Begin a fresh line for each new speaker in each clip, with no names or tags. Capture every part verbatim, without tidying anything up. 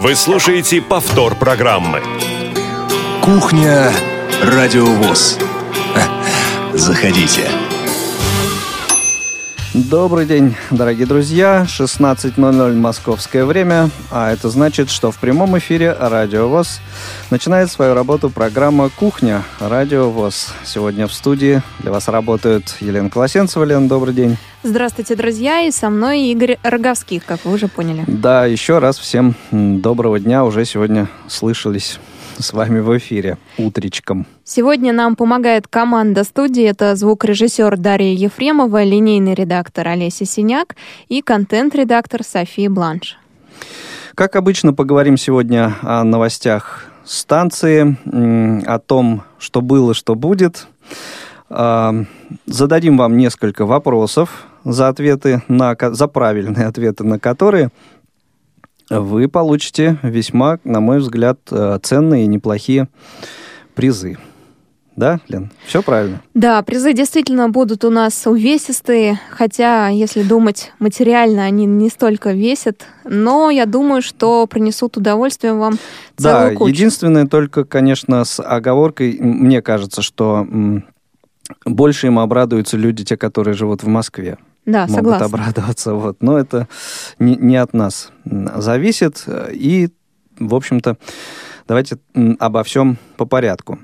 Вы слушаете повтор программы.
Кухня Радиовоз. Заходите.
Добрый день, дорогие друзья. шестнадцать ноль ноль московское время, а это значит, что в прямом эфире Радио ВОС начинает свою работу программа «Кухня Радио ВОС». Сегодня в студии для вас работают Елена Колосенцева. Лена, добрый день.
Здравствуйте, друзья, и со мной Игорь Роговских, как вы уже поняли.
Да, еще раз всем доброго дня. Уже сегодня слышались с вами в эфире утречком.
Сегодня нам помогает команда студии. Это звукорежиссер Дарья Ефремова, линейный редактор Олеся Синяк и контент-редактор София Бланш.
Как обычно, поговорим сегодня о новостях станции, о том, что было, что будет. Зададим вам несколько вопросов, за ответы на, за правильные ответы на которые вы получите весьма, на мой взгляд, ценные и неплохие призы. Да, Лен? Все правильно?
Да, призы действительно будут у нас увесистые, хотя, если думать материально, они не столько весят, но я думаю, что принесут удовольствие вам целую
да,
кучу.
Да, единственное только, конечно, с оговоркой, мне кажется, что м, больше им обрадуются люди, те, которые живут в Москве.
Да,
могут
согласна.
обрадоваться. Вот. Но это не, не от нас зависит. И, в общем-то, давайте обо всем по порядку.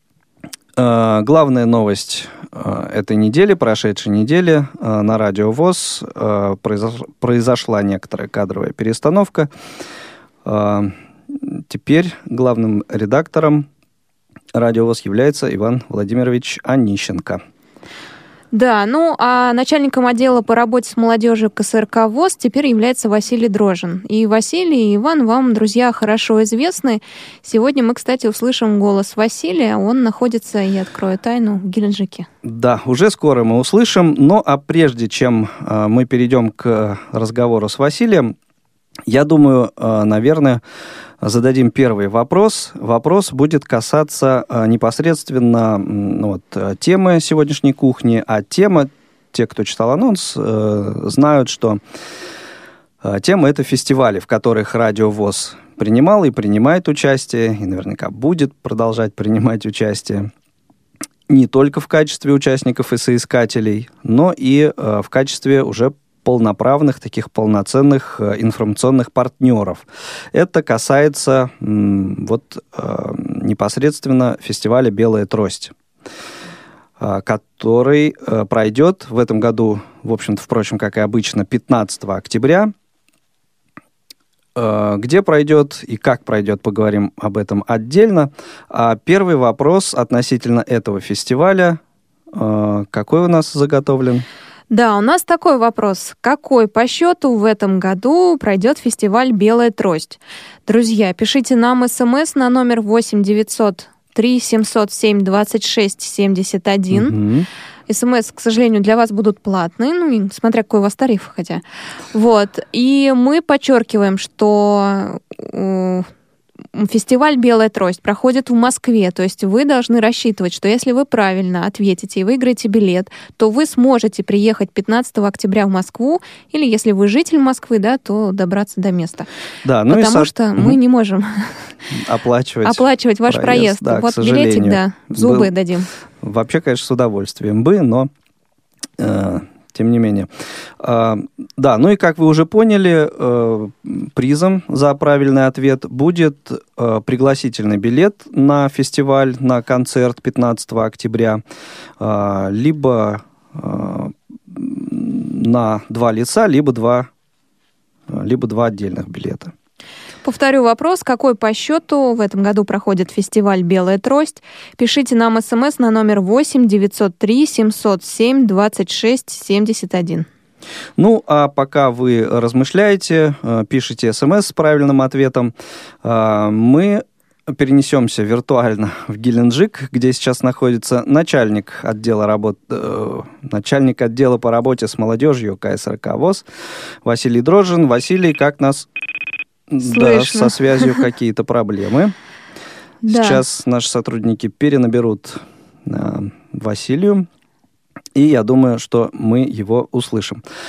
Э, главная новость э, этой недели, прошедшей недели, э, на Радио ВОС э, произош... произошла некоторая кадровая перестановка. Э, теперь главным редактором Радио ВОС является Иван Владимирович Онищенко.
Да, ну а начальником отдела по работе с молодежью ка эс эр ка ВОС теперь является Василий Дрожин. И Василий, и Иван вам, друзья, хорошо известны. Сегодня мы, кстати, услышим голос Василия. Он находится, я открою тайну, в Геленджике.
Да, уже скоро мы услышим. Но а прежде чем э, мы перейдем к разговору с Василием, я думаю, э, наверное, зададим первый вопрос. Вопрос будет касаться э, непосредственно ну, вот, темы сегодняшней кухни. А тема, те, кто читал анонс, э, знают, что э, тема – это фестивали, в которых Радио ВОС принимал и принимает участие, и наверняка будет продолжать принимать участие не только в качестве участников и соискателей, но и э, в качестве уже полноправных, таких полноценных э, информационных партнеров. Это касается м, вот э, непосредственно фестиваля «Белая трость», э, который э, пройдет в этом году, в общем-то, впрочем, как и обычно, пятнадцатого октября. Э, где пройдет и как пройдет, поговорим об этом отдельно. А первый вопрос относительно этого фестиваля. Э, какой у нас заготовлен?
Да, у нас такой вопрос. Какой по счету в этом году пройдет фестиваль «Белая трость»? Друзья, пишите нам смс на номер восемь девятьсот три семьсот семь двадцать шесть семьдесят один. Угу. СМС, к сожалению, для вас будут платные, ну, смотря какой у вас тариф, хотя. Вот. И мы подчеркиваем, что фестиваль «Белая трость» проходит в Москве, то есть вы должны рассчитывать, что если вы правильно ответите и выиграете билет, то вы сможете приехать пятнадцатого октября в Москву, или если вы житель Москвы, да, то добраться до места.
Да, ну
Потому
и со...
что mm-hmm. мы не можем
оплачивать,
оплачивать ваш проезд.
проезд. Да,
вот билетик, да, в зубы
Был...
дадим.
Вообще, конечно, с удовольствием бы, но... Э... Тем не менее. А, да, ну и как вы уже поняли, э, призом за правильный ответ будет э, пригласительный билет на фестиваль, на концерт пятнадцатого октября, э, либо э, на два лица, либо два, либо два отдельных билета.
Повторю вопрос, какой по счету в этом году проходит фестиваль «Белая трость». Пишите нам смс на номер восемь девятьсот три семьсот семь двадцать шесть семьдесят один.
Ну, а пока вы размышляете, пишите смс с правильным ответом, мы перенесемся виртуально в Геленджик, где сейчас находится начальник отдела, работ... начальник отдела по работе с молодежью ка эс эр ка ВОС Василий Дрожин. Василий, как нас...
Слышно.
Да, со связью какие-то проблемы.
Да.
Сейчас наши сотрудники перенаберут э, Василию, и я думаю, что мы его услышим.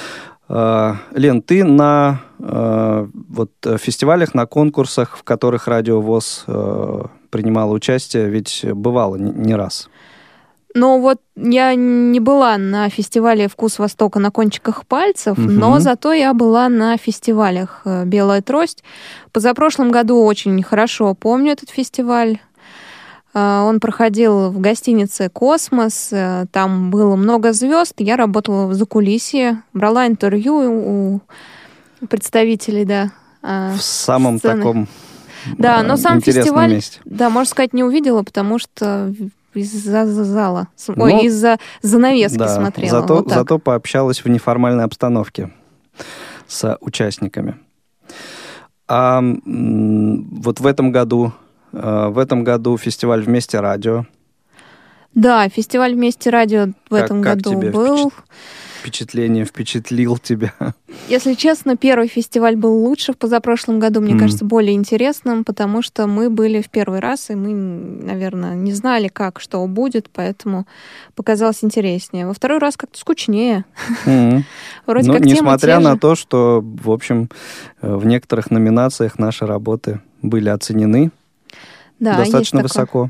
Лен, ты на вот, фестивалях, на конкурсах, в которых Радио ВОС принимала участие, ведь бывало не раз.
Ну вот я не была на фестивале «Вкус Востока» на кончиках пальцев, угу. но зато я была на фестивалях «Белая трость». Позапрошлом году очень хорошо помню этот фестиваль. Он проходил в гостинице «Космос», там было много звезд, я работала в закулисье, брала интервью у представителей, да.
В самом
сцены.
таком
да, но сам фестиваль,
месте.
Да, можно сказать, не увидела, потому что из-за зала,
ну,
ой, из-за занавески да, смотрела.
Зато,
вот
зато пообщалась в неформальной обстановке с участниками. А вот в этом году, в этом году фестиваль «Вместе радио».
Да, фестиваль «Вместе радио» в
как,
этом
как
году
тебе
был.
Впечатление впечатлил тебя?
Если честно, первый фестиваль был лучше в позапрошлом году, мне mm. кажется, более интересным, потому что мы были в первый раз, и мы, наверное, не знали, как, что будет, поэтому показалось интереснее. Во второй раз как-то скучнее.
Mm.
Вроде
ну,
как
несмотря
темы те
на
же.
то, что, в общем, в некоторых номинациях наши работы были оценены
да,
достаточно высоко.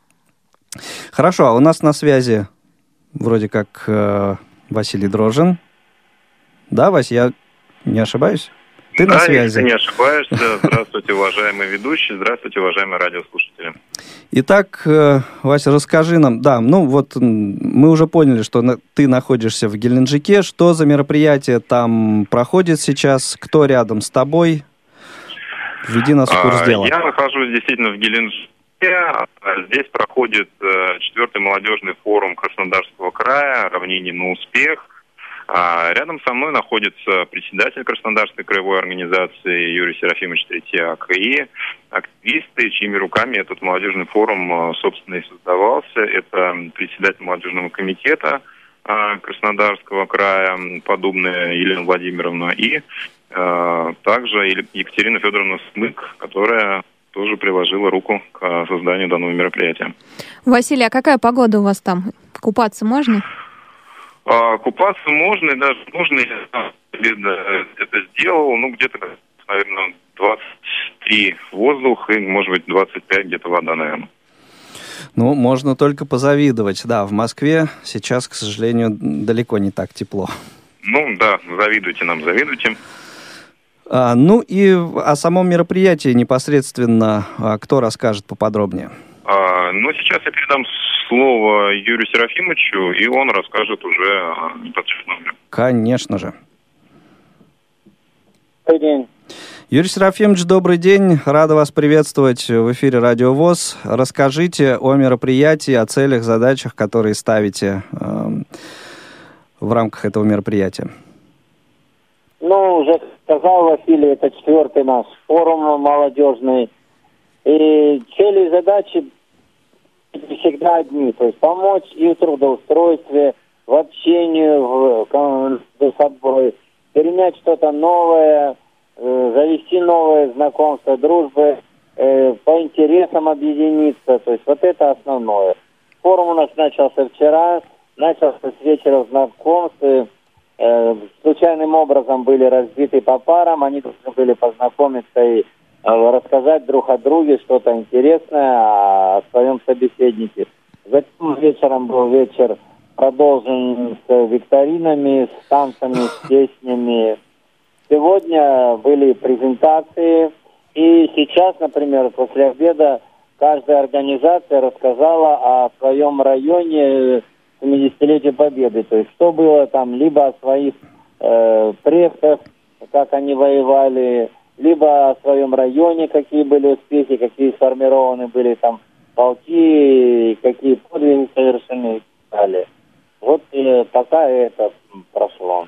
Хорошо, а у нас на связи вроде как э, Василий Дрожжин. Да, Вась, я не ошибаюсь? Ты
да,
на связи.
Ты не ошибаешься. Здравствуйте, уважаемые ведущие. Здравствуйте, уважаемые радиослушатели.
Итак, э, Вася, расскажи нам. Да, ну вот мы уже поняли, что на, ты находишься в Геленджике. Что за мероприятие там проходит сейчас? Кто рядом с тобой? Введи нас в курс дела.
Я нахожусь действительно в Геленджике. Здесь проходит четвертый молодежный форум Краснодарского края «Равнение на успех». Рядом со мной находится председатель Краснодарской краевой организации Юрий Серафимович Третьяк и активисты, чьими руками этот молодежный форум, собственно, и создавался. Это председатель молодежного комитета Краснодарского края Подубная Елена Владимировна и также Екатерина Федоровна Смык, которая тоже приложила руку к созданию данного мероприятия.
Василий, а какая погода у вас там? Купаться можно?
А, купаться можно, и даже нужно. Я это сделал, ну, где-то, наверное, двадцать три воздух и, может быть, двадцать пять где-то вода, наверное.
Ну, можно только позавидовать. Да, в Москве сейчас, к сожалению, далеко не так тепло.
Ну, да, завидуйте нам, завидуйте.
А, ну и о самом мероприятии непосредственно а, кто расскажет поподробнее?
А, ну, сейчас я передам слово Юрию Серафимовичу, и он расскажет уже непосредственно.
Конечно же.
Добрый день.
Юрий Серафимович, добрый день. Рада вас приветствовать в эфире Радио ВОС. Расскажите о мероприятии, о целях, задачах, которые ставите э, в рамках этого мероприятия.
Ну, уже сказал Василий, это четвертый наш форум молодежный. И цели и задачи всегда одни. То есть помочь и в трудоустройстве, в общении в, с собой, перенять что-то новое, э, завести новые знакомства, дружбы, э, по интересам объединиться. То есть вот это основное. Форум у нас начался вчера, начался с вечера знакомств. Случайным образом были разбиты по парам, они должны были познакомиться и рассказать друг о друге что-то интересное о своем собеседнике. Затем вечером был вечер продолжен с викторинами, с танцами, с песнями. Сегодня были презентации, и сейчас, например, после обеда каждая организация рассказала о своем районе семидесятилетия Победы. То есть что было там, либо о своих э, предках, как они воевали, либо о своем районе, какие были успехи, какие сформированы были там полки, какие подвиги совершены и так далее. Вот э, пока это прошло.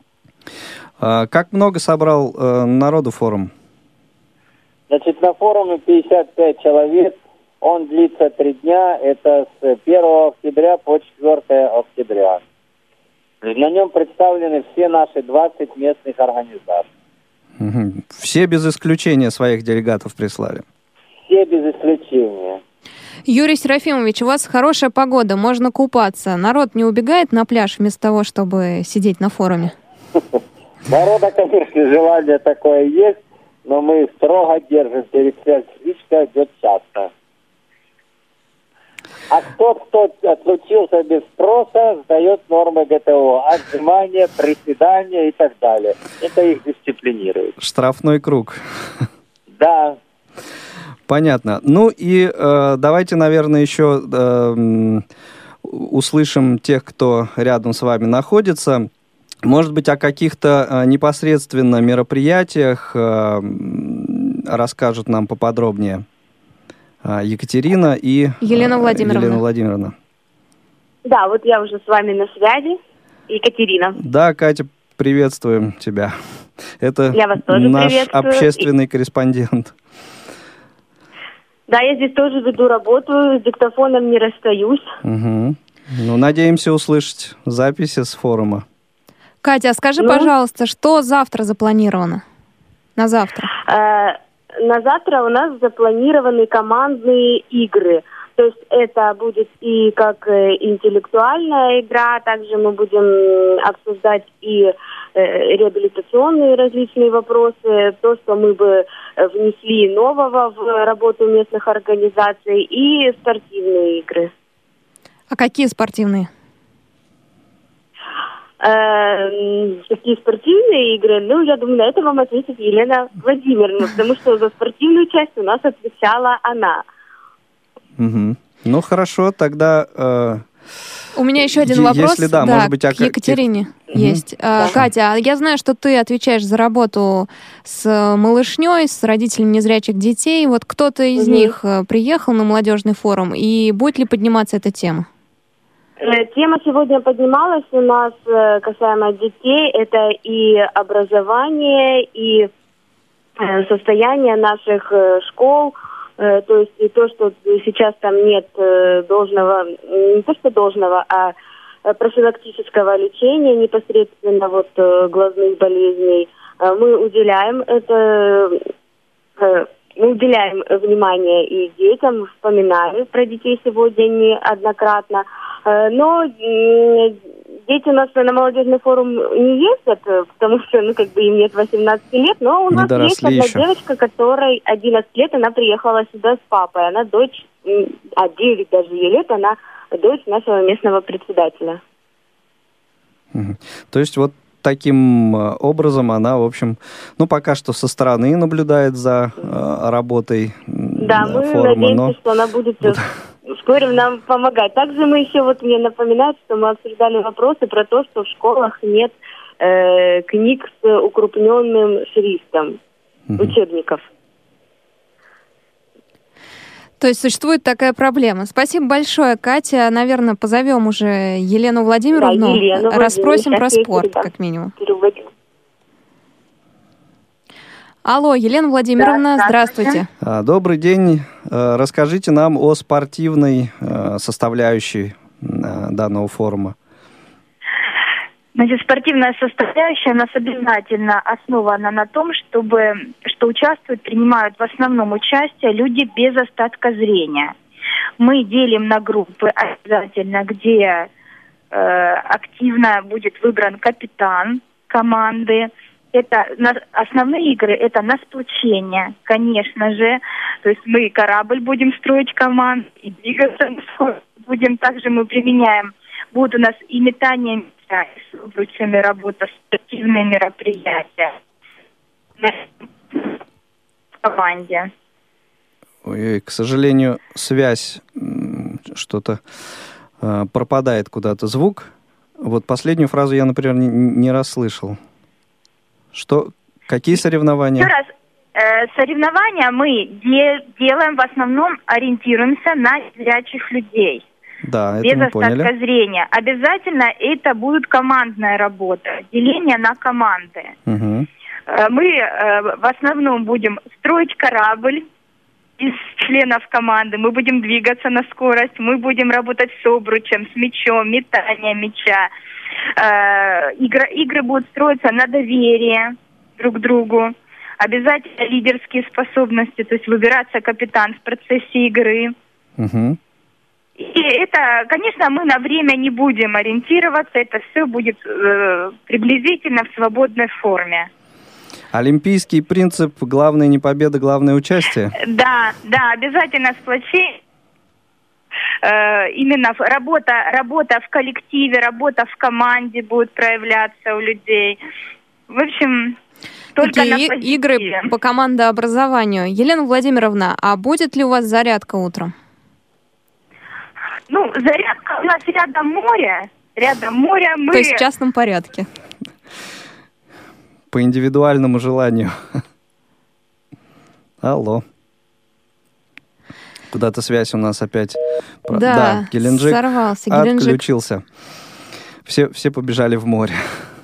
А как много собрал э, народу форум?
Значит, на форуме пятьдесят пять человек. Он длится три дня, это с первого октября по четвёртое октября. На нем представлены все наши двадцать местных организаций.
Угу. Все без исключения своих делегатов прислали?
Все без исключения.
Юрий Серафимович, у вас хорошая погода, можно купаться. Народ не убегает на пляж вместо того, чтобы сидеть на форуме?
Народа, конечно, желание такое есть, но мы строго держим, переписка идет часто. А тот, кто отлучился без спроса, сдает нормы ГТО, отжимания, приседания и так далее. Это их дисциплинирует.
Штрафной круг.
Да.
Понятно. Ну и э, давайте, наверное, еще э, услышим тех, кто рядом с вами находится. Может быть, о каких-то э, непосредственно мероприятиях э, расскажут нам поподробнее Екатерина и
Елена Владимировна.
Елена Владимировна.
Да, вот я уже с вами на связи. Екатерина.
Да, Катя, приветствуем тебя. Это
я вас тоже
наш
приветствую.
Общественный корреспондент.
Да, я здесь тоже веду работу, с диктофоном не расстаюсь.
Угу. Ну, надеемся услышать записи с форума.
Катя, а скажи,
ну,
пожалуйста, что завтра запланировано? На завтра?
Э, на завтра у нас запланированы командные игры. То есть это будет и как интеллектуальная игра, также мы будем обсуждать и э, реабилитационные различные вопросы, то, что мы бы внесли нового в работу местных организаций, и спортивные игры.
А какие спортивные?
Какие спортивные игры? Ну, я думаю, на это вам ответит Елена Владимировна, потому что за спортивную часть у нас отвечала она.
Угу. Ну, хорошо, тогда... Э,
У меня еще один
е-
вопрос
если, да,
да,
может быть,
к Екатерине
угу.
есть.
Да.
Катя, я знаю, что ты отвечаешь за работу с малышней, с родителями незрячих детей. Вот кто-то из угу. них приехал на молодежный форум, и будет ли подниматься эта тема?
Тема сегодня поднималась у нас касаемо детей. Это и образование, и состояние наших школ. То есть и то, что сейчас там нет должного, не то что должного, а профилактического лечения непосредственно вот глазных болезней. Мы уделяем это, мы уделяем внимание и детям, вспоминаем про детей сегодня неоднократно. Но дети у нас на молодежный форум не ездят, потому что, ну, как бы им нет восемнадцати лет, но у
не
нас есть одна
еще.
девочка, которой одиннадцать лет, она приехала сюда с папой, она дочь, а девять даже ей лет, она дочь нашего местного председателя.
Угу. То есть вот таким образом она, в общем, ну, пока что со стороны наблюдает за э, работой
да,
э,
мы
форума.
надеемся,
но...
что она будет
вот.
вскоре нам помогать. Также мы еще, вот мне напоминают, что мы обсуждали вопросы про то, что в школах нет э, книг с укрупненным шрифтом, угу. учебников.
То есть существует такая проблема. Спасибо большое, Катя. Наверное, позовем уже Елену Владимировну.
Да, Елену
расспросим про
Владимировну.
спорт,
Да.
как минимум. Алло, Елена Владимировна,
да,
здравствуйте.
Добрый день. Расскажите нам о спортивной составляющей данного форума.
Значит, спортивная составляющая, у нас обязательно основана на том, чтобы, что участвуют, принимают в основном участие люди без остатка зрения. Мы делим на группы обязательно, где э, активно будет выбран капитан команды. Это на, основные игры, это на сплочение, конечно же. То есть мы корабль будем строить команд и двигаться будем. Также мы применяем, будут у нас и метание мяча, и с обручами работа, спортивные мероприятия в команде.
Ой, к сожалению, связь что-то э, пропадает куда-то звук. Вот последнюю фразу я, например, не, не расслышал. Что? Какие соревнования?
Еще раз, э, соревнования мы де- делаем в основном, ориентируемся на зрячих людей.
Да, это
без
мы
остатка
поняли.
зрения. Обязательно это будет командная работа, деление на команды.
Угу.
Э, мы э, в основном будем строить корабль из членов команды, мы будем двигаться на скорость, мы будем работать с обручем, с мячом, метание мяча. Э, игра, игры будут строиться на доверие друг к другу. Обязательно лидерские способности, то есть выбираться капитан в процессе игры.
Угу.
И это, конечно, мы на время не будем ориентироваться, это все будет э, приблизительно в свободной форме.
Олимпийский принцип, главное не победа, главное участие?
Да, да, обязательно сплочение. Э, именно работа, работа в коллективе, работа в команде будет проявляться у людей. В общем, только
Такие
на
и- игры по командообразованию. Елена Владимировна, а будет ли у вас зарядка утром?
Ну, зарядка у нас рядом море. Рядом море мы...
То есть в частном порядке?
По индивидуальному желанию. Алло. Куда-то связь у нас опять...
Да,
да Геленджик
сорвался. Геленджик.
Отключился. Все, все побежали в море.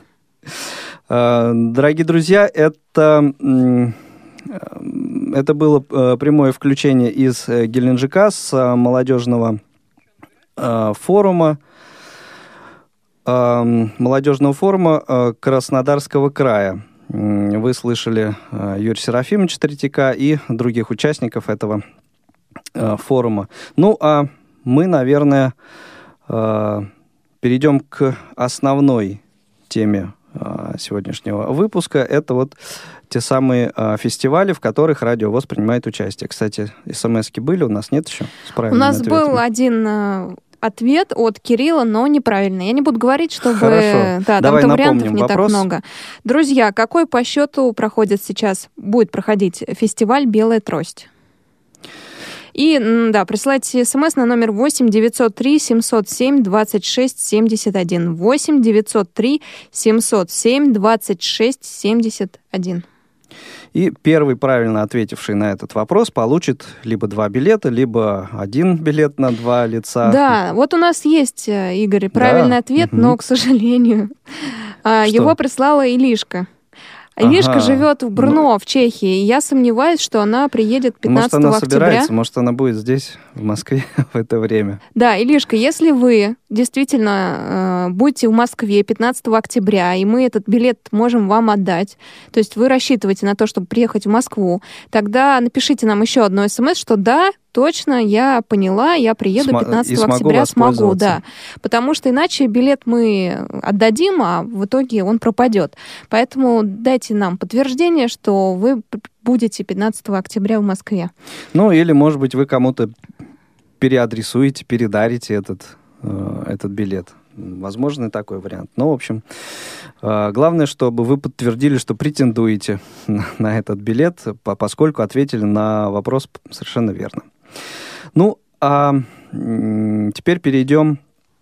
Дорогие друзья, это, это было прямое включение из Геленджика с молодежного форума, молодежного форума Краснодарского края. Вы слышали Юрия Серафимовича Третьяка и других участников этого форума. Ну, а мы, наверное, перейдем к основной теме сегодняшнего выпуска. Это вот те самые фестивали, в которых Радио ВОС принимает участие. Кстати, смс-ки были, у нас нет еще с правильными
У нас
ответами?
был один ответ от Кирилла, но неправильный. Я не буду говорить, чтобы...
Хорошо.
Да,
Давай
там-то вариантов
напомним
не
вопрос.
так много. Друзья, какой по счету проходит сейчас, будет проходить фестиваль «Белая трость»? И, да, присылайте смс на номер восемь девятьсот три семьсот семь двадцать шесть семьдесят один. восемь девятьсот три семьсот семь двадцать шесть семьдесят один.
И первый правильно ответивший на этот вопрос получит либо два билета, либо один билет на два лица.
Да, вот у нас есть, Игорь, правильный
Да.
ответ,
Мгм.
но, к сожалению, его прислала Илишка. Илишка
Ага.
живет в Брно, в Чехии, и я сомневаюсь, что она приедет
Может,
пятнадцатого
она
октября.
собирается, может, она будет здесь, в Москве, в это время.
Да, Илишка, если вы действительно э, будете в Москве пятнадцатого октября, и мы этот билет можем вам отдать, то есть вы рассчитываете на то, чтобы приехать в Москву, тогда напишите нам еще одно смс, что да, точно, я поняла, я приеду
Сма- и
пятнадцатого
смогу
октября, смогу,
воспользоваться.
да. Потому что иначе билет мы отдадим, а в итоге он пропадет. Поэтому дайте нам подтверждение, что вы будете пятнадцатого октября в Москве.
Ну, или, может быть, вы кому-то переадресуете, передарите этот, э, этот билет. Возможно, и такой вариант. Но, в общем, э, главное, чтобы вы подтвердили, что претендуете на, на этот билет, по- поскольку ответили на вопрос совершенно верно. Ну, а м, теперь перейдем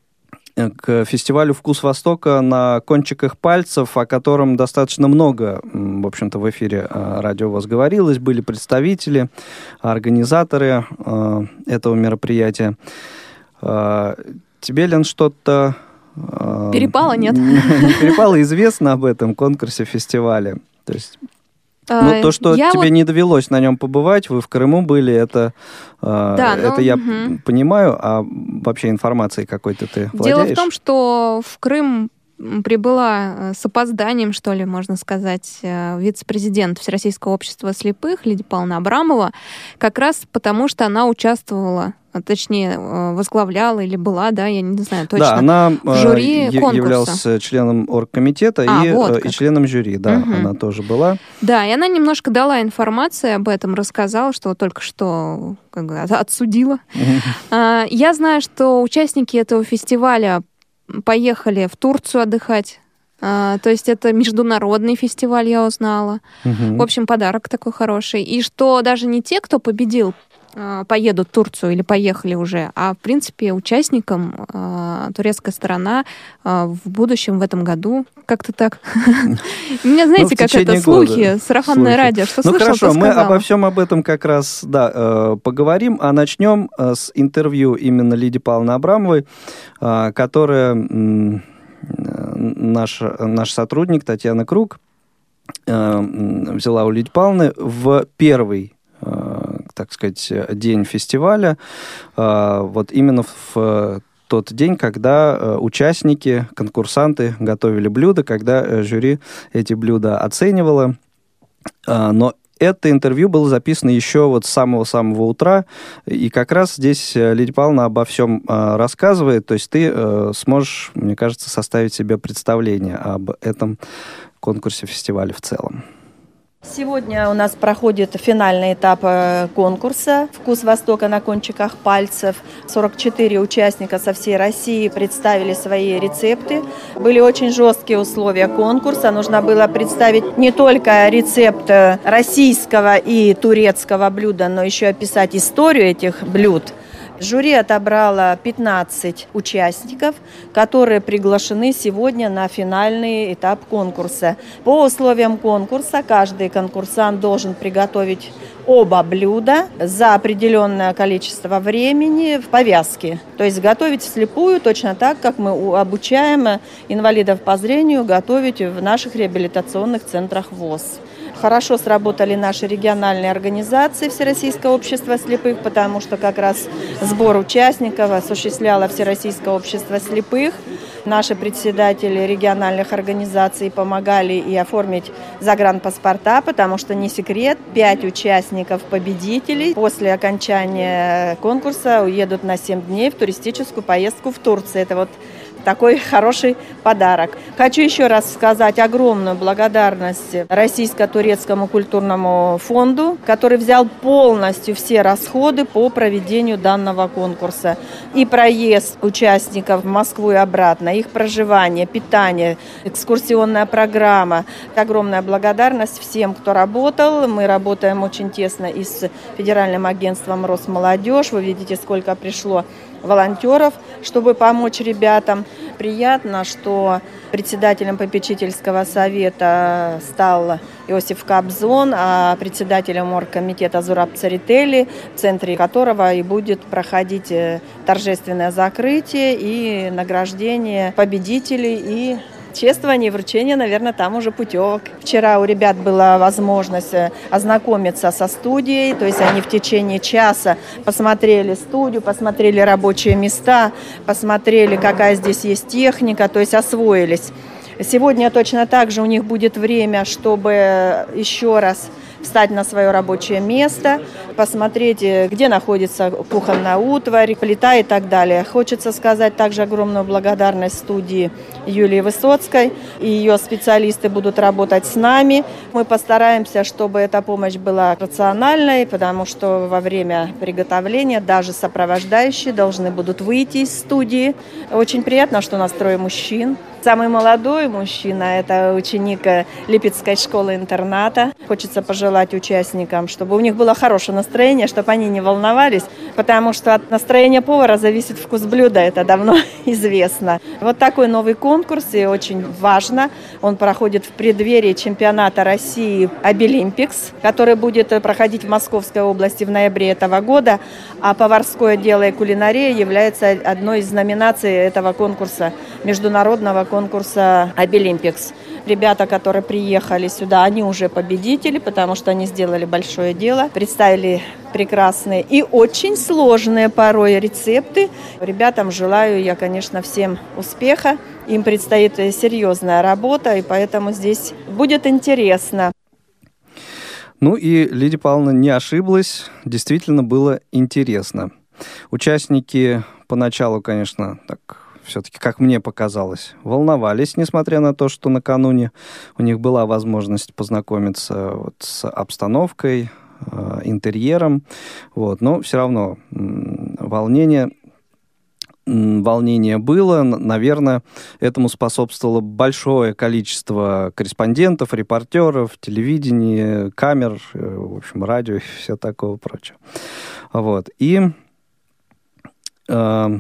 к фестивалю «Вкус Востока» на кончиках пальцев, о котором достаточно много, м, в общем-то, в эфире э, Радио ВОС говорилось. Были представители, организаторы э, этого мероприятия. Э, тебе, Лен, что-то... э,
Перепало, нет?
Не перепало, известно об этом конкурсе, фестивале. То есть... Ну, то, что
Я
тебе
вот-
не довелось на нем побывать, вы в Крыму были, это, э,
Да,
это
ну,
я
мгм.
понимаю, а вообще информацией какой-то ты
Дело
владеешь?
в том, что в Крым прибыла э, с опозданием, что ли, можно сказать, э, вице-президент Всероссийского общества слепых Лидия Павловна Абрамова, как раз потому, что она участвовала, а точнее, э, возглавляла или была, да, я не знаю точно,
Да, она
в жюри
э, я-
конкурса.
являлась членом оргкомитета
А,
и,
вот
э, и
как.
членом жюри, да,
Мгм.
она тоже была.
Да, и она немножко дала информации об этом, рассказала, что только что как бы, от- отсудила. А, Я знаю, что участники этого фестиваля поехали в Турцию отдыхать. А, То есть это международный фестиваль, я узнала.
Мгм.
В общем, подарок такой хороший. И что даже не те, кто победил, а, поедут в Турцию или поехали уже, а, в принципе, участникам а, турецкая сторона а, в будущем, в этом году, как-то так. У меня,
Ну,
знаете,
в
как это,
течение
слухи,
года.
сарафанное
Слухи.
радио, что
Ну
слышал,
хорошо,
то
мы
сказала.
обо всем об этом как раз, да, э, поговорим, а начнем э, с интервью именно Лидии Павловны Абрамовой, э, которая м, э, наш, наш сотрудник Татьяна Круг э, м, взяла у Лидии Павловны в первый, э, так сказать, день фестиваля, э, вот именно в тот день, когда э, участники, конкурсанты готовили блюда, когда э, жюри эти блюда оценивало. Э, но это интервью было записано еще вот с самого-самого утра, и как раз здесь Лидия Павловна обо всем рассказывает, то есть ты сможешь, мне кажется, составить себе представление об этом конкурсе, фестивале в целом.
Сегодня у нас проходит финальный этап конкурса «Вкус Востока на кончиках пальцев». сорок четыре участника со всей России представили свои рецепты. Были очень жесткие условия конкурса. Нужно было представить не только рецепт российского и турецкого блюда, но еще описать историю этих блюд. Жюри отобрало пятнадцать участников, которые приглашены сегодня на финальный этап конкурса. По условиям конкурса каждый конкурсант должен приготовить оба блюда за определенное количество времени в повязке. То есть готовить вслепую точно так, как мы обучаем инвалидов по зрению готовить в наших реабилитационных центрах ВОС. Хорошо сработали наши региональные организации Всероссийского общества слепых, потому что как раз сбор участников осуществляло Всероссийское общество слепых. Наши председатели региональных организаций помогали и оформить загранпаспорта, потому что не секрет, пять участников победителей после окончания конкурса уедут на семь дней в туристическую поездку в Турцию. Это вот такой хороший подарок. Хочу еще раз сказать огромную благодарность Российско-турецкому культурному фонду, который взял полностью все расходы по проведению данного конкурса. И проезд участников в Москву и обратно, их проживание, питание, экскурсионная программа. Огромная благодарность всем, кто работал. Мы работаем очень тесно и с Федеральным агентством Росмолодежь. Вы видите, сколько пришло волонтеров, чтобы помочь ребятам. Приятно, что председателем попечительского совета стал Иосиф Кобзон, а председателем оргкомитета Зураб Церетели, в центре которого и будет проходить торжественное закрытие и награждение победителей и чествование и вручение, наверное, там уже путевок. Вчера у ребят была возможность ознакомиться со студией, то есть они в течение часа посмотрели студию, посмотрели рабочие места, посмотрели, какая здесь есть техника, то есть освоились. Сегодня точно так же у них будет время, чтобы еще раз встать на свое рабочее место, посмотреть, где находится кухонная утварь, плита и так далее. Хочется сказать также огромную благодарность студии Юлии Высоцкой. И ее специалисты будут работать с нами. Мы постараемся, чтобы эта помощь была рациональной, потому что во время приготовления даже сопровождающие должны будут выйти из студии. Очень приятно, что у нас трое мужчин. Самый молодой мужчина – это ученик Липецкой школы-интерната. Хочется пожелать участникам, чтобы у них было хорошее настроение, чтобы они не волновались, потому что от настроения повара зависит вкус блюда, это давно известно. Вот такой новый конкурс, и очень важно. Он проходит в преддверии чемпионата России «Обилимпикс», который будет проходить в Московской области в ноябре этого года, а поварское дело и кулинария является одной из номинаций этого конкурса, международного конкурса. конкурса «Обилимпикс». Ребята, которые приехали сюда, они уже победители, потому что они сделали большое дело, представили прекрасные и очень сложные порой рецепты. Ребятам желаю я, конечно, всем успеха. Им предстоит серьезная работа, и поэтому здесь будет интересно.
Ну и Лидия Павловна не ошиблась, действительно было интересно. Участники поначалу, конечно, так... все-таки, как мне показалось, волновались, несмотря на то, что накануне у них была возможность познакомиться вот с обстановкой, э, интерьером. Вот. Но все равно м- волнение, м- волнение было. Наверное, этому способствовало большое количество корреспондентов, репортеров, телевидения, камер, э, в общем, радио и все такого прочего. Вот. И... Э,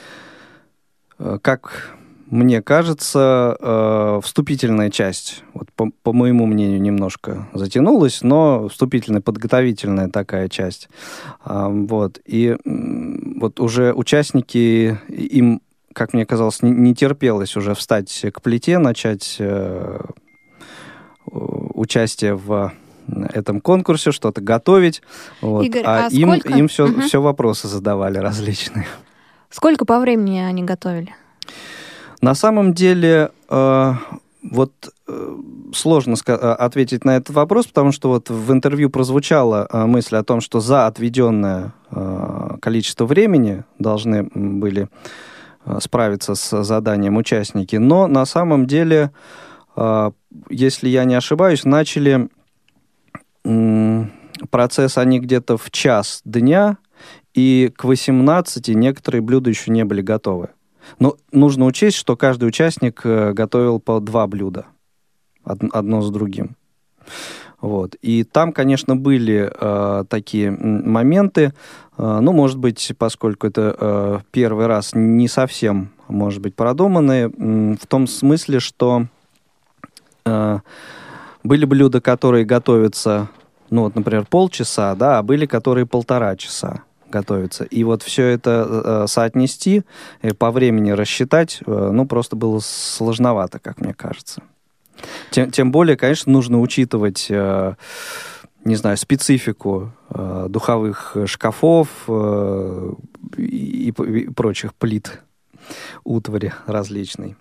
Как мне кажется, э, вступительная часть, вот по, по моему мнению, немножко затянулась, но вступительная, подготовительная такая часть. Э, вот. И э, вот уже участники, им, как мне казалось, не, не терпелось уже встать к плите, начать э, участие в этом конкурсе, что-то готовить. Вот.
Игорь,
а
а
им,
сколько?
им все,
угу.
все вопросы задавали различные.
Сколько по времени они готовили?
На самом деле, э, Вот э, сложно ска- ответить на этот вопрос, потому что вот в интервью прозвучала э, мысль о том, что за отведенное э, количество времени должны были э, справиться с заданием участники. Но на самом деле, э, если я не ошибаюсь, начали э, процесс они где-то в час дня, и к восемнадцати некоторые блюда еще не были готовы. Но нужно учесть, что каждый участник готовил по два блюда, одно с другим. Вот. И там, конечно, были э, такие моменты, э, ну, может быть, поскольку это э, первый раз, не совсем, может быть, продуманные, э, в том смысле, что э, были блюда, которые готовятся, ну, вот, например, полчаса, да, а были, которые полтора часа готовиться. И вот все это э, соотнести, э, по времени рассчитать, э, ну, просто было сложновато, как мне кажется. Тем, тем более, конечно, нужно учитывать, э, не знаю, специфику э, духовых шкафов э, и, и прочих плит утвари различной.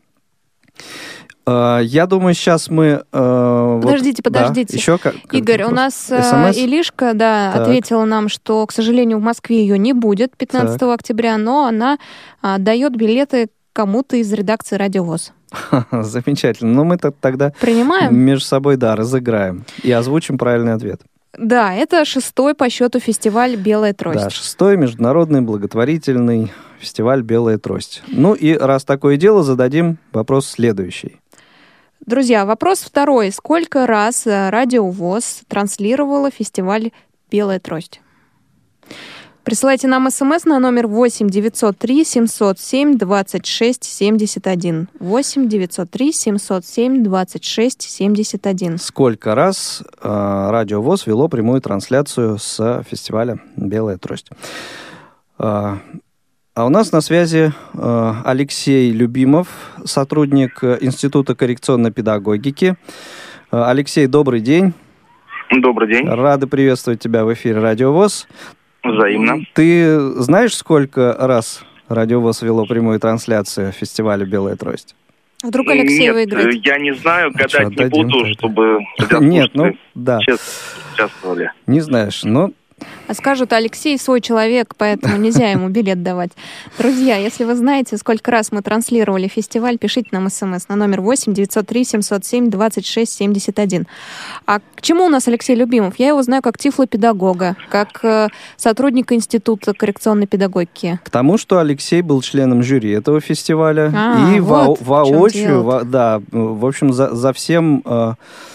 Я думаю, сейчас мы... Э,
подождите,
вот,
подождите.
Да, еще как,
Игорь, у нас СМС? Илишка, да, так. ответила нам, что, к сожалению, в Москве ее не будет пятнадцатого октября, но она а, дает билеты кому-то из редакции «Радио ВОС».
Замечательно. Ну, мы тогда
принимаем?
Между собой, да, разыграем и озвучим правильный ответ.
Да, это шестой по счету фестиваль «Белая трость».
Да, шестой международный благотворительный фестиваль «Белая трость». Ну и раз такое дело, зададим вопрос следующий.
Друзья, вопрос второй. Сколько раз Радио ВОС транслировало фестиваль «Белая трость»? Присылайте нам смс на номер восемь девятьсот три семьсот семь двадцать шесть семьдесят один. восемь девятьсот три семьсот семь двадцать шесть семьдесят один.
Сколько раз э, Радио ВОС вело прямую трансляцию с фестиваля «Белая трость»? Э, А у нас на связи э, Алексей Любимов, сотрудник Института коррекционной педагогики. Э, Алексей, добрый день.
Добрый день.
Рады приветствовать тебя в эфире Радио ВОС.
Взаимно.
Ты знаешь, сколько раз Радио ВОС вело прямую трансляцию фестиваля «Белая трость»?
А вдруг Алексей
Нет,
выиграет?
Я не знаю,
а
гадать
что,
не буду,
это?
чтобы...
Нет, ну, да.
Участвовали.
Не знаешь, но...
А скажут, Алексей свой человек, поэтому нельзя ему билет давать. Друзья, если вы знаете, сколько раз мы транслировали фестиваль, пишите нам смс на номер восемь девятьсот три семьсот семь двадцать шесть семьдесят один. А к чему у нас Алексей Любимов? Я его знаю как тифлопедагога, как э, сотрудника Института коррекционной педагогики.
К тому, что Алексей был членом жюри этого фестиваля.
А,
и
вот
во- воочию, во- да, в общем, за, за всем э,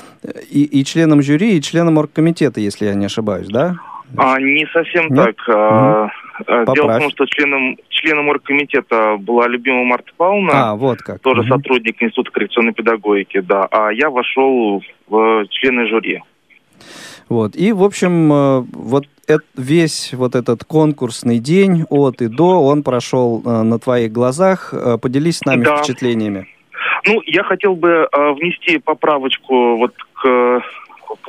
и, и членом жюри, и членом оргкомитета, если я не ошибаюсь, да?
А, не совсем
Нет?
так. А,
Угу.
Дело в том, что членом, членом оргкомитета была Любимова Марта Павловна,
а, вот как.
тоже
угу.
сотрудник Института коррекционной педагогики, да, а я вошел в члены жюри.
Вот. И, в общем, вот это, весь вот этот конкурсный день от и до, он прошел на твоих глазах. Поделись с нами
да.
впечатлениями.
Ну, я хотел бы внести поправочку вот к... к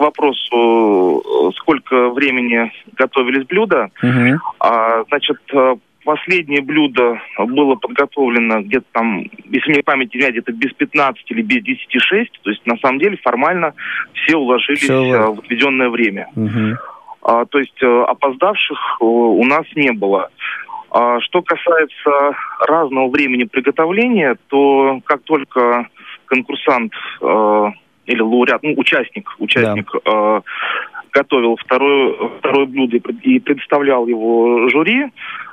вопросу, сколько времени готовились блюда.
Угу.
А, значит, последнее блюдо было подготовлено где-то там, если мне память не где-то без пятнадцати или без десяти шесть. То есть, на самом деле, формально все уложились все в отведенное время.
Угу.
А, то есть, опоздавших у нас не было. А, что касается разного времени приготовления, то как только конкурсант или лауреат, ну, участник, участник да. э, готовил второе, второе блюдо и предоставлял его жюри, э,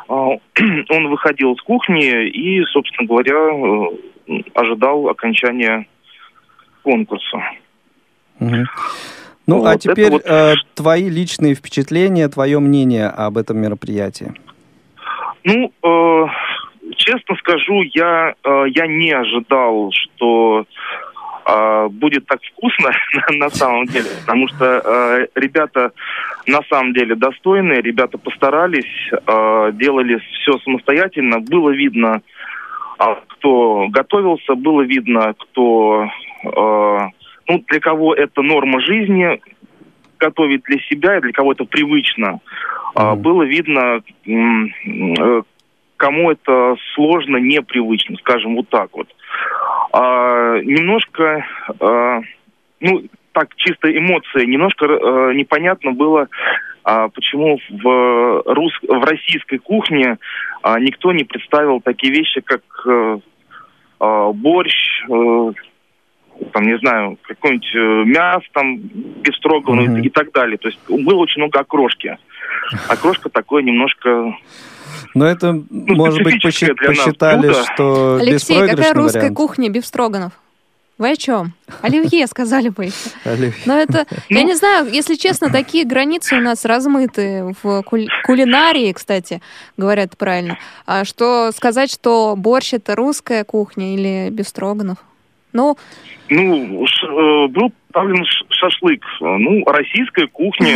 он выходил с кухни и, собственно говоря, э, ожидал окончания конкурса.
Угу. Ну, вот, а теперь вот... э, твои личные впечатления, твое мнение об этом мероприятии.
Ну, э, честно скажу, я, э, я не ожидал, что будет так вкусно на самом деле, потому что э, ребята на самом деле достойные, ребята постарались, э, делали все самостоятельно, было видно, э, кто готовился, было видно, кто, э, ну, для кого это норма жизни, готовить для себя, и для кого это привычно. Mm-hmm. Э, было видно, э, кому это сложно, непривычно, скажем вот так вот. А, немножко, а, ну, так, чисто эмоции, немножко а, непонятно было, а, почему в, рус... в российской кухне а, никто не представил такие вещи, как а, а, борщ, а, там, не знаю, какое-нибудь э, мясо, там, бефстроганов mm-hmm. и так далее. То есть было очень много окрошки. Окрошка такое немножко...
Но это, ну, может быть, посчит, посчитали, что
Алексей, какая русская
вариант.
Кухня бефстроганов? Вы о чем? Оливье, сказали бы.
Оливье.
Но это, я не знаю, если честно, такие границы у нас размыты в куль- кулинарии, кстати, говорят правильно, а что сказать, что борщ — это русская кухня или бефстроганов? Ну,
ну ш, э, был поставлен шашлык. Ну, российская кухня.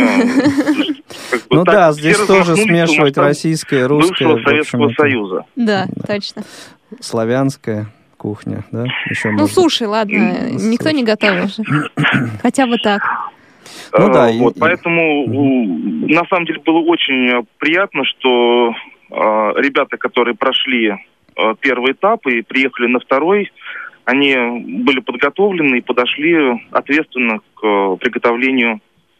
Ну да, здесь тоже смешивать российское и русское.
Бывшего Советского Союза.
Да, точно.
Славянская кухня, да?
Ну, суши, ладно, никто не готовит. Хотя бы так.
Ну да. Вот, поэтому, на самом деле, было очень приятно, что ребята, которые прошли первый этап и приехали на второй, они были подготовлены и подошли ответственно к приготовлению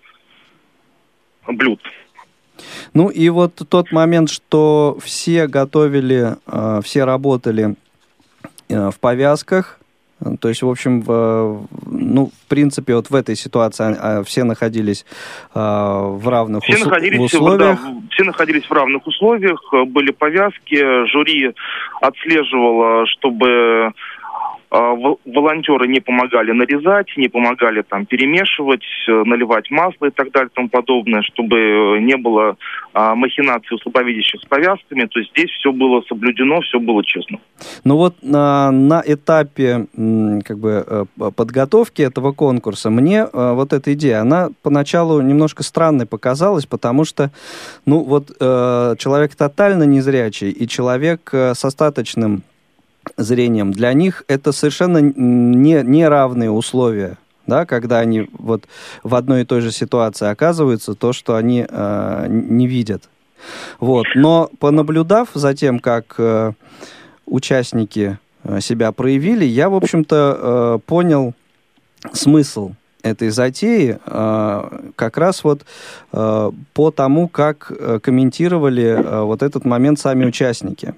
блюд.
Ну и вот тот момент, что все готовили, все работали в повязках, то есть, в общем, в, ну, в принципе, вот в этой ситуации все находились в равных
все
ус-
находились,
условиях.
Да, все находились в равных условиях, были повязки, жюри отслеживало, чтобы волонтеры не помогали нарезать, не помогали там перемешивать, наливать масло и так далее и тому подобное, чтобы не было а, махинаций у слабовидящих с повязками. То есть здесь все было соблюдено, все было честно.
Ну вот на, на этапе как бы подготовки этого конкурса мне вот эта идея, она поначалу немножко странной показалась, потому что, ну вот человек тотально незрячий и человек с остаточным зрением, для них это совершенно не, не равные условия, да, когда они вот в одной и той же ситуации оказываются, то, что они э, не видят. Вот. Но понаблюдав за тем, как э, участники э, себя проявили, я, в общем-то, э, понял смысл этой затеи э, как раз вот э, по тому, как э, комментировали э, вот этот момент сами участники.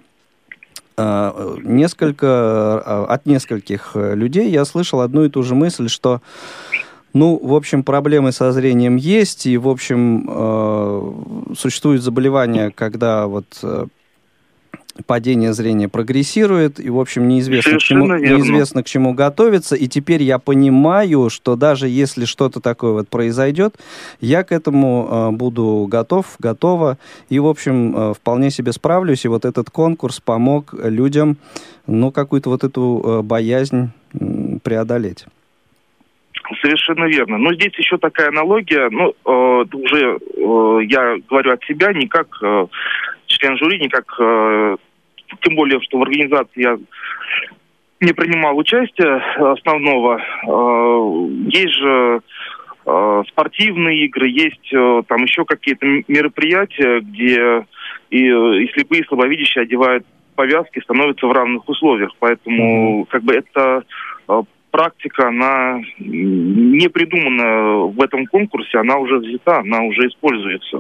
Несколько, от нескольких людей я слышал одну и ту же мысль, что, ну, в общем, проблемы со зрением есть, и, в общем, существуют заболевания, когда вот падение зрения прогрессирует, и, в общем, неизвестно к, чему, неизвестно к чему готовиться, и теперь я понимаю, что даже если что-то такое вот произойдет, я к этому э, буду готов, готова, и, в общем, э, вполне себе справлюсь, и вот этот конкурс помог людям, ну, какую-то вот эту э, боязнь э, преодолеть.
Совершенно верно. Но здесь еще такая аналогия, ну, э, уже э, я говорю от себя, не как э, член жюри, не как, э, тем более, что в организации я не принимал участия основного. Э, есть же э, спортивные игры, есть э, там еще какие-то мероприятия, где и, и слепые, и слабовидящие одевают повязки, становятся в равных условиях. Поэтому, как бы, это... Э, практика, она не придумана в этом конкурсе, она уже взята, она уже используется.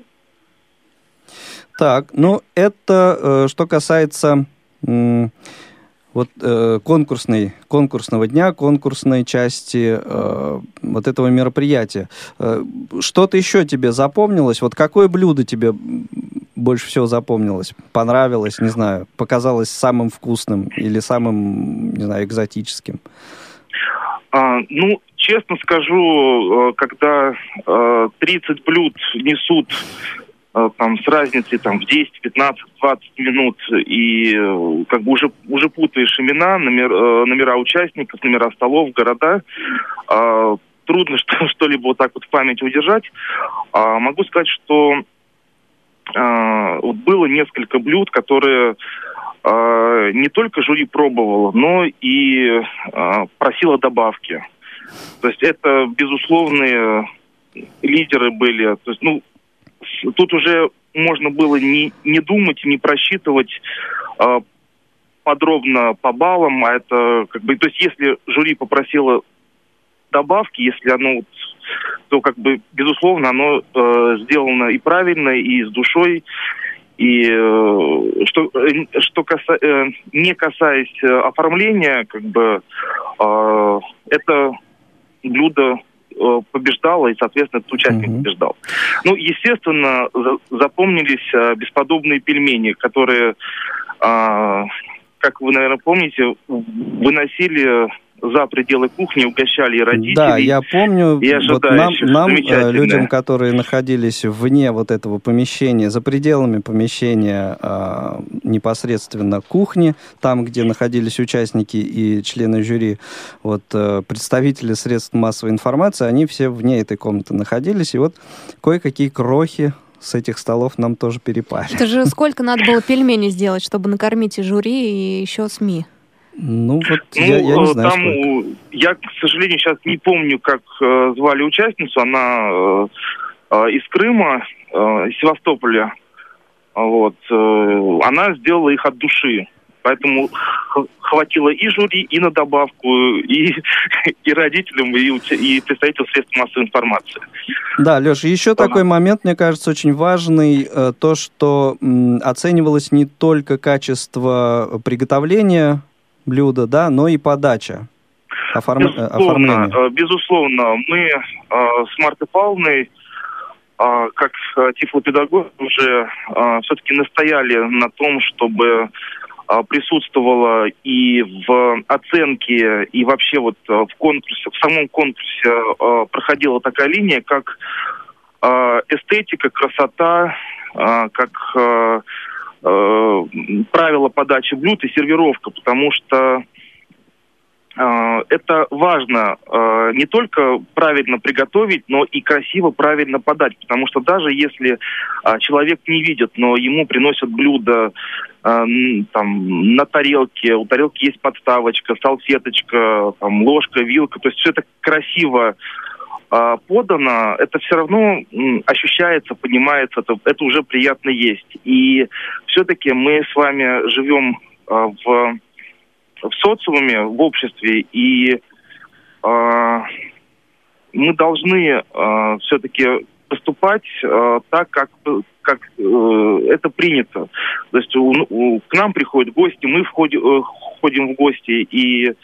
Так, ну это э, что касается э, вот э, конкурсной, конкурсного дня, конкурсной части э, вот этого мероприятия. Э, что-то еще тебе запомнилось? Вот какое блюдо тебе больше всего запомнилось, понравилось, не знаю, показалось самым вкусным или самым, не знаю, экзотическим?
А, ну, честно скажу, когда а, тридцать блюд несут а, там с разницей там в десять, пятнадцать, двадцать минут, и а, как бы уже, уже путаешь имена, номер, а, номера участников, номера столов, города, а, трудно что, что-либо вот так вот в памяти удержать. А, могу сказать, что а, вот было несколько блюд, которые а, не только жюри пробовало, но и а, просило добавки. То есть это безусловные лидеры были. То есть, ну, тут уже можно было не, не думать, не просчитывать а, подробно по баллам, а это как бы, то есть если жюри попросило добавки, если оно, то как бы безусловно оно э, сделано и правильно, и с душой, и э, что что каса, э, не касаясь э, оформления, как бы э, это блюдо э, побеждало, и соответственно этот участник mm-hmm. побеждал. Ну, естественно, за, запомнились э, бесподобные пельмени, которые, э, как вы, наверное, помните, выносили за пределы кухни, угощали и родителей.
Да, я помню,
и
вот нам, нам людям, которые находились вне вот этого помещения, за пределами помещения э, непосредственно кухни, там, где находились участники и члены жюри, вот э, представители средств массовой информации, они все вне этой комнаты находились, и вот кое-какие крохи с этих столов нам тоже перепали.
Это же сколько надо было пельменей сделать, чтобы накормить и жюри, и еще СМИ?
Ну, вот
ну,
я, я не знаю,
там,
сколько.
Я, к сожалению, сейчас не помню, как э, звали участницу. Она э, э, из Крыма, э, из Севастополя. Вот. Э, она сделала их от души. Поэтому х- хватило и жюри, и на добавку, и, и родителям, и, и представителям средств массовой информации.
Да, Леша, еще ага. такой момент, мне кажется, очень важный. Э, то, что м, оценивалось не только качество приготовления блюда, да, но и подача, оформ...
безусловно,
оформление.
Безусловно, мы э, с Мартой Павловной, э, как тифлопедагог, уже э, все-таки настояли на том, чтобы э, присутствовала и в оценке, и вообще вот в конкурсе, в самом конкурсе э, проходила такая линия, как э, эстетика, красота, э, как... Э, правила подачи блюд и сервировка, потому что э, это важно э, не только правильно приготовить, но и красиво, правильно подать, потому что даже если э, человек не видит, но ему приносят блюдо э, там, на тарелке, у тарелки есть подставочка, салфеточка, там, ложка, вилка, то есть все это красиво подано, это все равно ощущается, понимается, это, это уже приятно есть. И все-таки мы с вами живем в, в социуме, в обществе, и э, мы должны э, все-таки поступать э, так, как, как э, это принято. То есть у, у, к нам приходят гости, мы входим, э, ходим в гости, и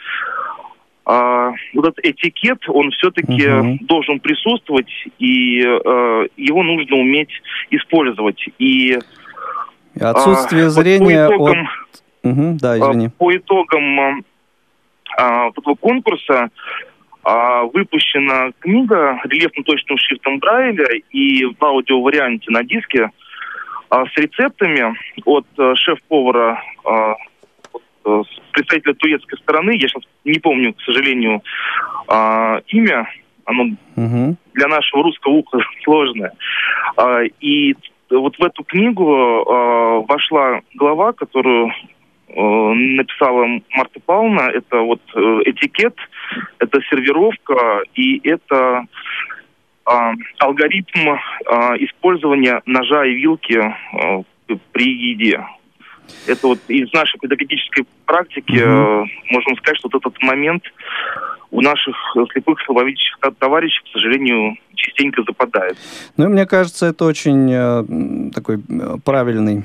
Uh, вот этот этикет, он все-таки uh-huh. должен присутствовать, и uh, его нужно уметь использовать. И,
и отсутствие uh, зрения
вот по итогам,
от... uh-huh, да, извини.
Uh, по итогам uh, этого конкурса uh, выпущена книга рельефно-точным шрифтом Брайля и в аудиоварианте на диске uh, с рецептами от uh, шеф-повара uh, представителя турецкой стороны, я сейчас не помню, к сожалению, э, имя, оно угу. для нашего русского уха сложное. Э, и вот в эту книгу э, вошла глава, которую э, написала Марта Павловна, это вот э, этикет, это сервировка и это э, алгоритм э, использования ножа и вилки э, при еде. Это вот из нашей педагогической практики mm-hmm. э, можем сказать, что вот этот момент у наших слепых слабовидящих товарищей, к сожалению, частенько западает.
Ну и мне кажется, это очень э, такой правильный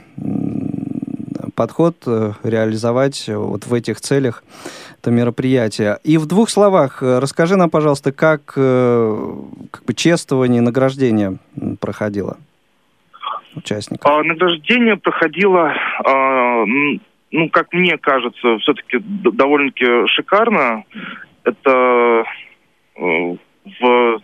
э, подход э, реализовать вот в этих целях это мероприятие. И в двух словах расскажи нам, пожалуйста, как, э, как бы чествование и награждение проходило участников?
А, награждение проходило, а, ну, как мне кажется, все-таки д- довольно-таки шикарно. Это а, в...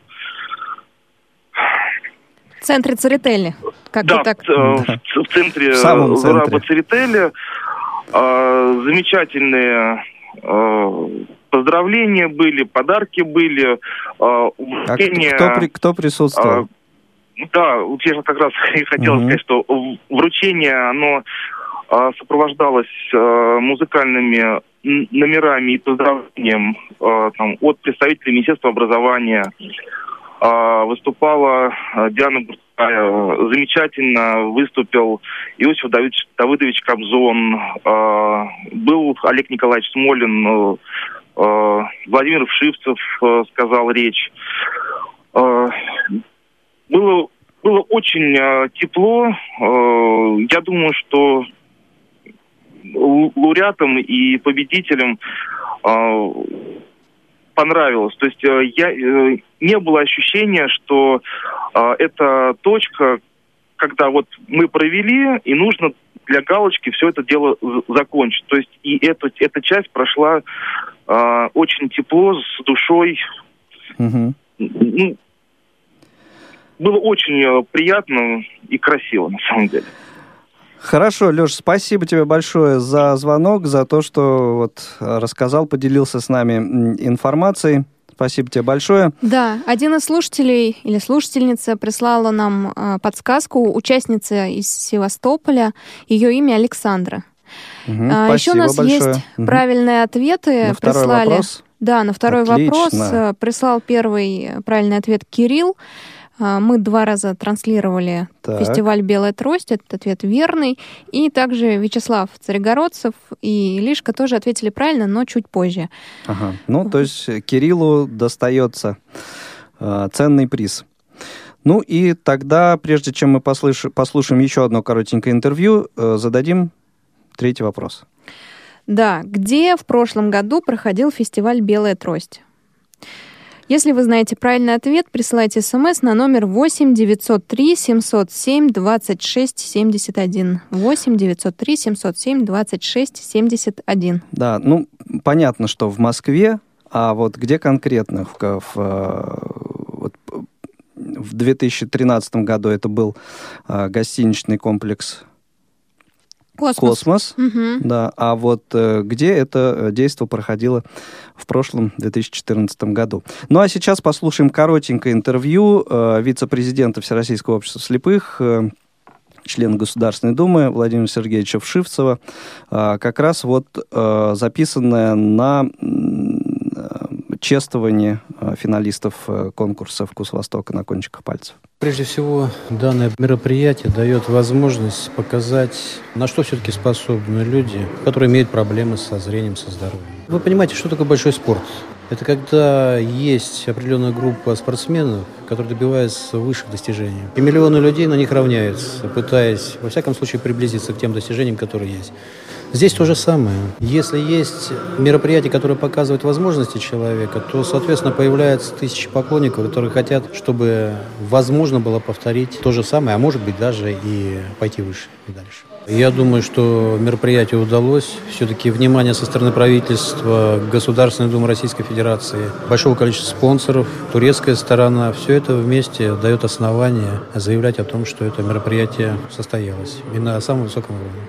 В центре Церетели. Как
да,
так?
В, да, в центре Зураба Церетели. А, замечательные а, поздравления были, подарки были. А,
а кто, при, кто присутствовал? А,
Да, вот я как раз хотел uh-huh. сказать, что вручение, оно а, сопровождалось а, музыкальными номерами и поздравлением а, там, от представителей Министерства образования. А, выступала а, Диана замечательно выступил Иосиф Давидович, Давыдович Кобзон, э, был Олег Николаевич Смолин, э, Владимир Вшивцев э, сказал речь. Э, было, было очень э, тепло. Э, я думаю, что лауреатам и победителям э, понравилось. То есть э, я, э, не было ощущения, что э, это точка, когда вот мы провели, и нужно для галочки все это дело закончить. То есть и эту, эта часть прошла э, очень тепло, с душой.
Угу.
Ну, было очень э, приятно и красиво, на самом деле.
Хорошо, Леш, спасибо тебе большое за звонок, за то, что вот рассказал, поделился с нами информацией. Спасибо тебе большое.
Да, один из слушателей или слушательница прислала нам э, подсказку, участница из Севастополя, ее имя Александра.
Угу,
а,
спасибо
еще у нас
большое.
есть
угу.
правильные ответы.
На второй
прислали.
вопрос?
Да, на второй
Отлично.
вопрос прислал первый правильный ответ Кирилл. Мы два раза транслировали
так.
фестиваль «Белая трость», этот ответ верный. И также Вячеслав Царегородцев и Лишка тоже ответили правильно, но чуть позже.
Ага. Ну, то есть Кириллу достается э, ценный приз. Ну и тогда, прежде чем мы послуш... послушаем еще одно коротенькое интервью, э, зададим третий вопрос.
Да, где в прошлом году проходил фестиваль «Белая трость»? Если вы знаете правильный ответ, присылайте смс на номер восемь девятьсот три семьсот семь двадцать шесть семьдесят один. восемь девятьсот три семьсот семь двадцать шесть семьдесят один.
Да, ну, понятно, что в Москве, а вот где конкретно? В, в, вот, в две тысячи тринадцатом году это был а, гостиничный комплекс
Космос.
Космос,
угу.
да. А вот э, где это действо проходило в прошлом две тысячи четырнадцатом году. Ну а сейчас послушаем коротенькое интервью э, вице-президента Всероссийского общества слепых, э, члена Государственной Думы Владимира Сергеевича Вшивцева, э, как раз вот э, записанное на э, чествовании э, финалистов э, конкурса «Вкус Востока» на кончиках пальцев.
Прежде всего, данное мероприятие дает возможность показать, на что все-таки способны люди, которые имеют проблемы со зрением, со здоровьем. Вы понимаете, что такое большой спорт? Это когда есть определенная группа спортсменов, которые добиваются высших достижений. И миллионы людей на них равняются, пытаясь, во всяком случае, приблизиться к тем достижениям, которые есть. Здесь то же самое. Если есть мероприятие, которое показывает возможности человека, то, соответственно, появляются тысячи поклонников, которые хотят, чтобы возможно было повторить то же самое, а может быть даже и пойти выше и дальше. Я думаю, что мероприятию удалось. Все-таки внимание со стороны правительства, Государственной Думы Российской Федерации, большого количества спонсоров, турецкая сторона. Все это вместе дает основание заявлять о том, что это мероприятие состоялось и на самом высоком уровне.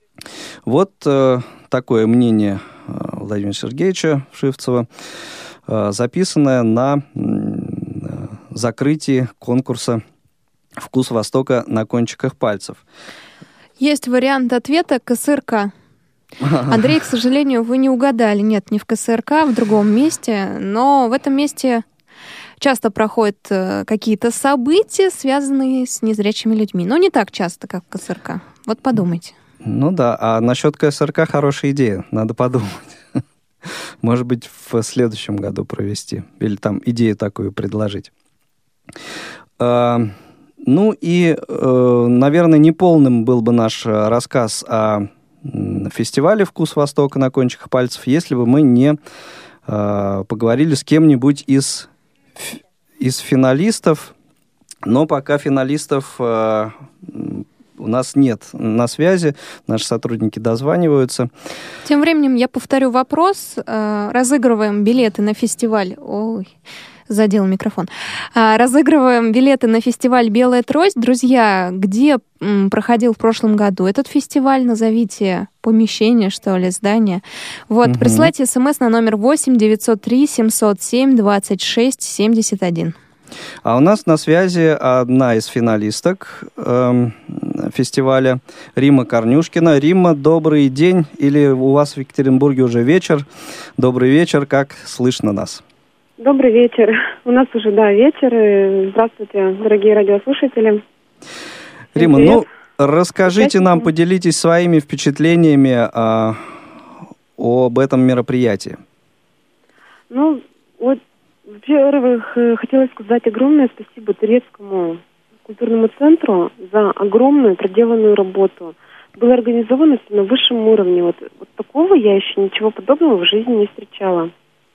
Вот э, такое мнение э, Владимира Сергеевича Вшивцева, э, записанное на э, закрытии конкурса «Вкус Востока» на кончиках пальцев.
Есть вариант ответа КСРК. Андрей, к сожалению, вы не угадали. Нет, не в КСРК, а в другом месте. Но в этом месте часто проходят э, какие-то события, связанные с незрячими людьми. Но не так часто, как в КСРК. Вот подумайте.
Ну да, а насчет КСРК хорошая идея, надо подумать. Может быть, в следующем году провести, или там идею такую предложить. А, ну и, наверное, неполным был бы наш рассказ о фестивале «Вкус Востока» на кончиках пальцев, если бы мы не а, поговорили с кем-нибудь из, из финалистов, но пока финалистов а, у нас нет на связи, наши сотрудники дозваниваются.
Тем временем я повторю вопрос. Разыгрываем билеты на фестиваль... Ой, задел микрофон. Разыгрываем билеты на фестиваль «Белая трость». Друзья, где проходил в прошлом году этот фестиваль? Назовите помещение, что ли, здание. Вот, угу. Присылайте смс на номер восемь девятьсот три семьсот семь двадцать шесть семьдесят один.
А у нас на связи одна из финалисток э, фестиваля, Римма Корнюшкина. Римма, добрый день, или у вас в Екатеринбурге уже вечер. Добрый вечер, как слышно нас?
Добрый вечер. У нас уже, да, вечер. Здравствуйте, дорогие радиослушатели.
Рима, ну, расскажите нам, поделитесь своими впечатлениями а, об этом мероприятии.
Ну, вот, во-первых, хотелось сказать огромное спасибо Турецкому культурному центру за огромную проделанную работу. Было организовано все на высшем уровне. Вот, вот такого я еще ничего подобного в жизни не встречала.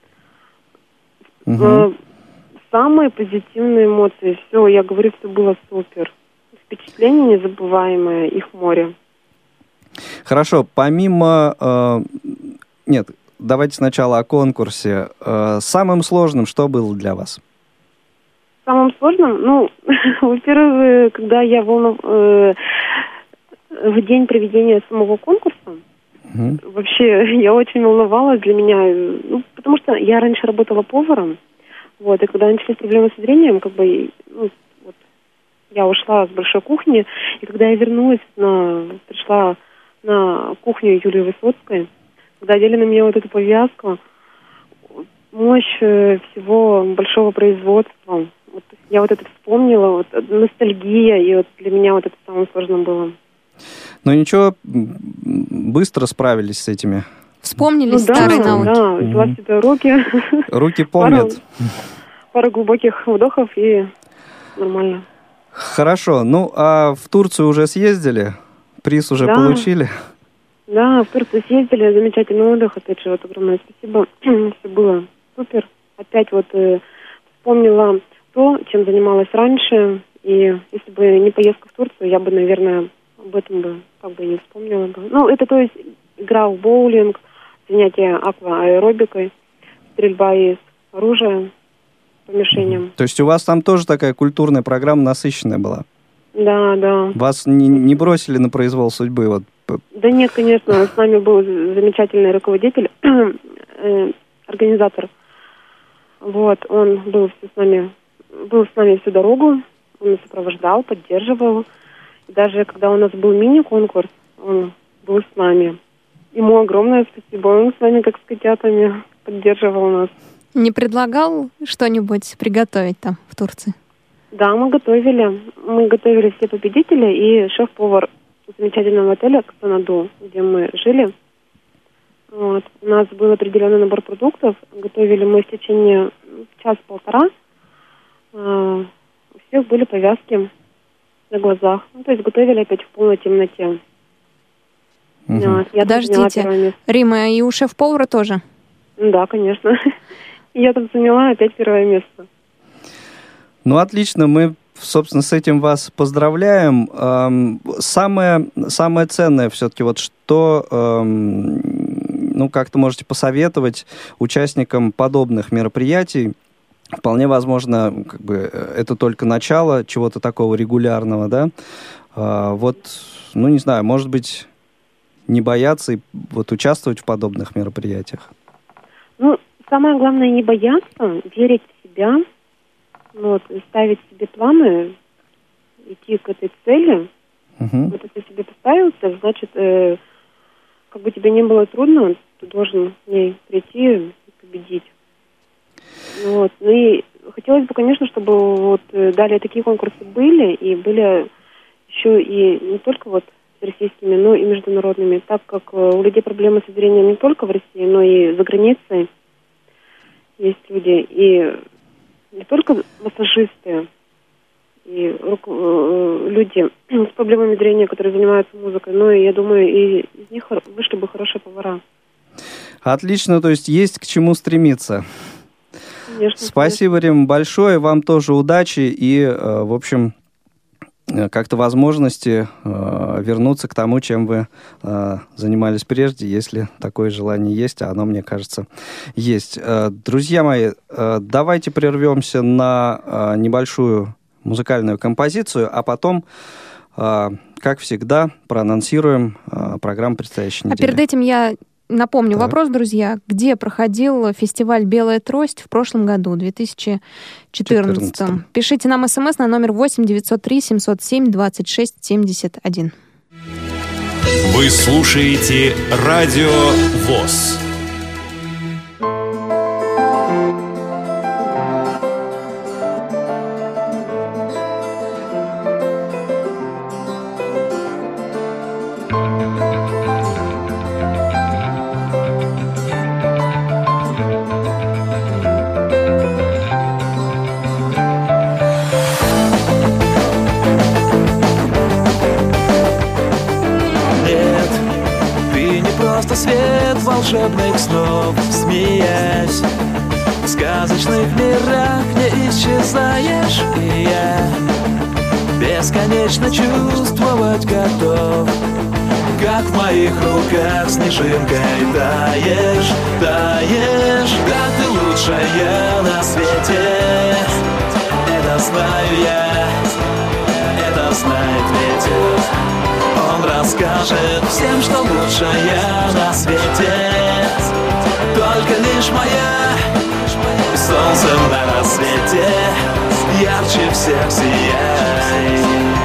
Угу. Самые позитивные эмоции. Все, я говорю, все было супер. Впечатление незабываемое, их море.
Хорошо, помимо... Э, нет, давайте сначала о конкурсе. Э, самым сложным что было для вас?
Самым сложным? Ну, во-первых, когда я волну... Э, в день проведения самого конкурса, mm-hmm. вообще я очень волновалась для меня, ну, потому что я раньше работала поваром, вот, и когда начались проблемы со зрением, как бы, ну, вот, я ушла с большой кухни, и когда я вернулась, на, пришла на кухню Юлии Высоцкой, когда одели на меня вот эту повязку, мощь всего большого производства, вот, я вот это вспомнила, вот, ностальгия, и вот для меня вот это самое сложное было.
Ну ничего, быстро справились с этими.
Вспомнили
ну,
старые
да,
навыки.
Да, взяла в себя руки.
Руки помнят.
Пару, пару глубоких вдохов и нормально.
Хорошо, ну а в Турцию уже съездили? Приз уже
да.
получили?
Да, в Турцию съездили, замечательный отдых, опять же, вот огромное спасибо. Все было супер. Опять вот э, вспомнила то, чем занималась раньше, и если бы не поездка в Турцию, я бы, наверное, об этом бы как бы не вспомнила бы. Ну, это, то есть, игра в боулинг, занятия аквааэробикой, стрельба из оружия по мишеням.
То есть у вас там тоже такая культурная программа насыщенная была?
Да, да.
Вас не, не бросили на произвол судьбы? Вот.
Да нет, конечно, с нами был замечательный руководитель, э, организатор. Вот, он был с нами, был с нами всю дорогу, он нас сопровождал, поддерживал. Даже когда у нас был мини-конкурс, он был с нами. Ему огромное спасибо. Он с нами, как с котятами, поддерживал нас.
Не предлагал что-нибудь приготовить там, в Турции?
Да, мы готовили. Мы готовили все победители и шеф-повар замечательного отеля «Кастанаду», где мы жили. Вот. У нас был определенный набор продуктов. Готовили мы в течение час-полтора. У всех были повязки на глазах. Ну, то есть готовили опять в полной темноте.
Угу. Вот, подождите, Рима, и у шеф-повара тоже?
Да, конечно. Я там заняла опять первое место.
Ну, отлично, мы, собственно, с этим вас поздравляем. Самое, самое ценное все-таки, вот что, ну, как-то можете посоветовать участникам подобных мероприятий. Вполне возможно, как бы, это только начало чего-то такого регулярного, да? А, вот, ну, не знаю, может быть, не бояться и вот участвовать в подобных мероприятиях?
Ну, самое главное не бояться, верить в себя, вот, ставить себе планы, идти к этой цели. Uh-huh. Вот если себе поставился, значит, э, как бы тебе не было трудно, ты должен к ней прийти и победить. Вот. Ну и хотелось бы, конечно, чтобы вот далее такие конкурсы были, и были еще и не только вот с российскими, но и международными, так как у людей проблемы со зрением не только в России, но и за границей есть люди, и не только массажисты, и люди с проблемами зрения, которые занимаются музыкой, но и, я думаю, и из них вышли бы хорошие повара.
Отлично, то есть есть к чему стремиться.
Конечно,
Спасибо, конечно. Рим, большое. Вам тоже удачи и, в общем, как-то возможности вернуться к тому, чем вы занимались прежде, если такое желание есть, а оно, мне кажется, есть. Друзья мои, давайте прервемся на небольшую музыкальную композицию, а потом, как всегда, проанонсируем программу предстоящей недели.
А перед этим я... Напомню
так.
вопрос, друзья. Где проходил фестиваль «Белая трость» в прошлом году, в две тысячи четырнадцатом? Пишите нам смс на номер восемь девятьсот три семьсот семь двадцать шесть семьдесят один.
Вы слушаете Радио ВОС.
Снится свет волшебных снов, смеясь. В сказочных мирах не исчезаешь, и я бесконечно чувствовать готов, как в моих руках снежинкой таешь, таешь. Да ты лучшая на свете, это знаю я, это знает ветер. Он расскажет всем, что лучшая на свете, только лишь моя. Солнцем на рассвете ярче всех сияй.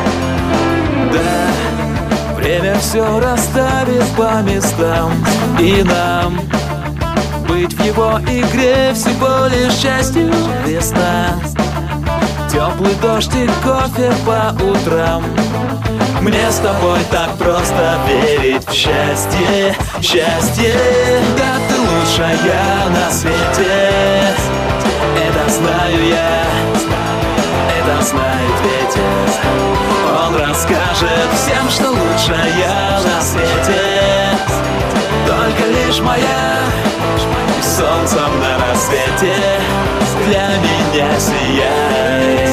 Да, время все расставит по местам, и нам быть в его игре всего лишь частью. Весна, теплый дождь и кофе по утрам. Мне с тобой так просто верить в счастье, счастье. Да ты лучшая на свете, это знаю я, это знает ветер. Он расскажет всем, что лучшая на свете, только лишь моя. Солнцем на рассвете для меня сияй.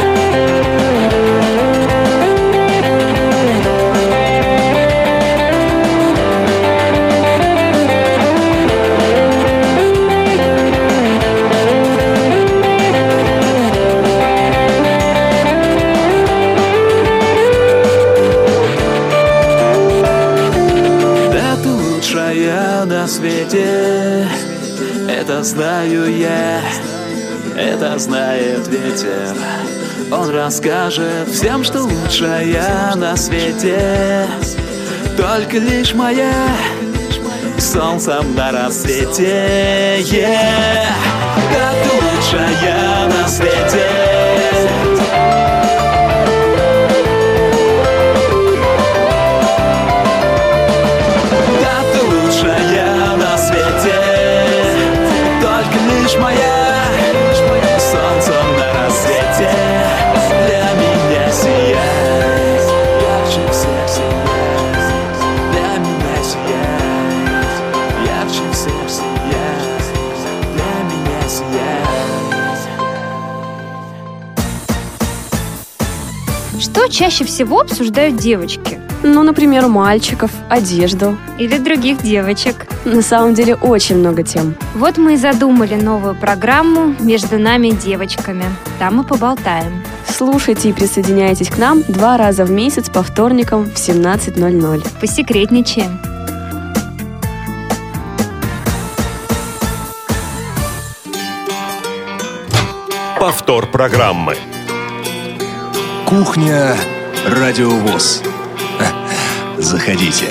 На свете, это знаю я, это знает ветер. Он расскажет всем, что лучшая на свете, только лишь моя. Солнцем на рассвете, yeah. Да ты лучшая на свете. Моя, солнцем на рассвете для меня сияет, ярче всех сияет, для меня сияет, ярче всех сияет, для меня сияет.
Что чаще всего обсуждают девочки?
Ну, например, мальчиков, одежду.
Или других девочек.
На самом деле очень много тем.
Вот мы и задумали новую программу «Между нами девочками». Там мы поболтаем.
Слушайте и присоединяйтесь к нам два раза в месяц по вторникам в семнадцать ноль ноль.
Посекретничаем.
Повтор программы.
Кухня Радио ВОС. Заходите.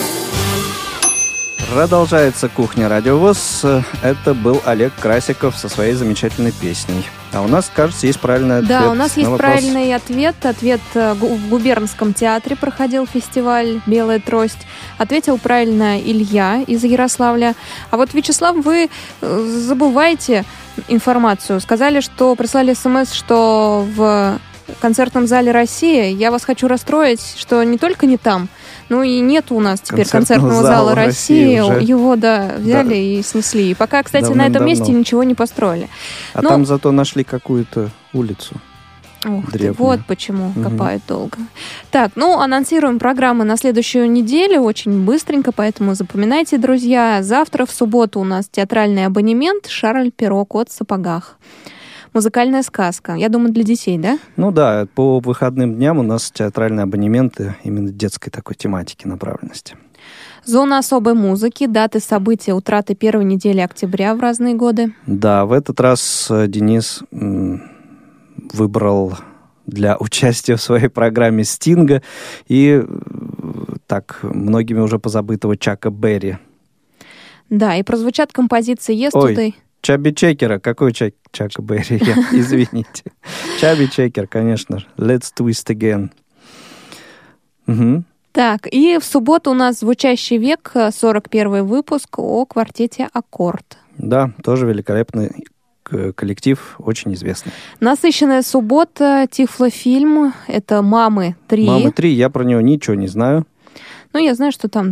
Продолжается «Кухня Радио ВОС». Это был Олег Красиков со своей замечательной песней. А у нас, кажется, есть правильный ответ.
Да, у нас есть
вопрос.
правильный ответ. Ответ в Губернском театре проходил фестиваль «Белая трость». Ответил правильно Илья из Ярославля. А вот, Вячеслав, вы забываете информацию. Сказали, что прислали смс, что в концертном зале «Россия». Я вас хочу расстроить, что не только не там, ну и нет у нас теперь концертного, концертного зала, зала России. России Его, да, взяли да. и снесли. И пока, кстати, Давным-давно. на этом месте ничего не построили.
А
Но...
там зато нашли какую-то улицу.
Ух ты, вот почему угу. копают долго. Так, ну, анонсируем программы на следующую неделю очень быстренько, поэтому запоминайте, друзья. Завтра, в субботу, у нас театральный абонемент «Шарль Перро. Кот в сапогах». Музыкальная сказка. Я думаю, для детей, да?
Ну да, по выходным дням у нас театральные абонементы именно детской такой тематики, направленности.
Зона особой музыки, даты события утраты первой недели октября в разные годы.
Да, в этот раз Денис выбрал для участия в своей программе Стинга и так многими уже позабытого Чака Берри.
Да, и прозвучат композиции «Yesterday».
Чаби Чекера. Какой Чак, Чака Берри? Извините. Чаби Чекер, конечно. Let's twist again. Угу.
Так, и в субботу у нас «Звучащий век», сорок первый выпуск о квартете «Аккорд».
Да, тоже великолепный коллектив, очень известный.
Насыщенная суббота, тифлофильм. Это «Мамы три».
«Мамы три», я про него ничего не знаю.
Ну, я знаю, что там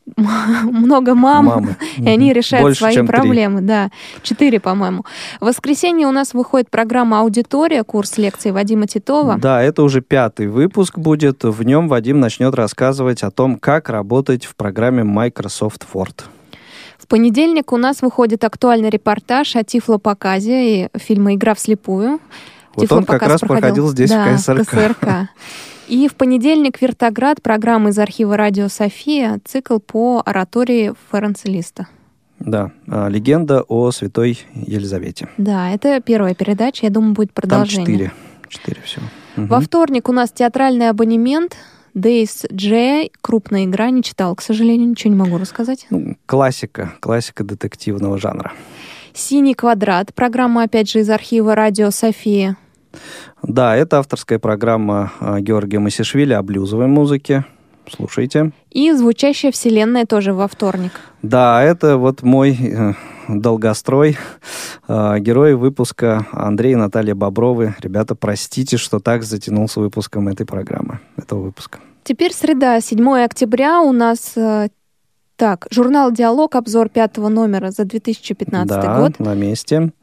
много мам,
Мамы.
и они решают
Больше,
свои
чем три.
проблемы. Да, четыре, по-моему. В воскресенье у нас выходит программа «Аудитория», курс лекций Вадима Титова.
Да, это уже пятый выпуск будет. В нем Вадим начнет рассказывать о том, как работать в программе Microsoft Word.
В понедельник у нас выходит актуальный репортаж о тифлопоказе и фильма «Игра вслепую».
Вот он как раз проходил здесь,
да,
в КСРК.
в КСРК. И в понедельник «Вертоград», программа из архива «Радио София», цикл по оратории Ференца Листа.
Да, легенда о святой Елизавете.
Да, это первая передача, я думаю, будет продолжение.
Там четыре. Четыре всего. Угу.
Во вторник у нас театральный абонемент Days J. Крупная игра. Не читал, к сожалению, ничего не могу рассказать.
Ну, классика. Классика детективного жанра.
«Синий квадрат». Программа, опять же, из архива «Радио София».
Да, это авторская программа Георгия Масишвили о блюзовой музыке. Слушайте.
И «Звучащая вселенная» тоже во вторник.
Да, это вот мой э, долгострой. Э, герои выпуска Андрей и Наталья Бобровы. Ребята, простите, что так затянул с выпуском этой программы, этого выпуска.
Теперь среда, седьмое октября. У нас э, так, журнал «Диалог», обзор пятого номера за две тысячи пятнадцатый
да,
год.
Да, на месте.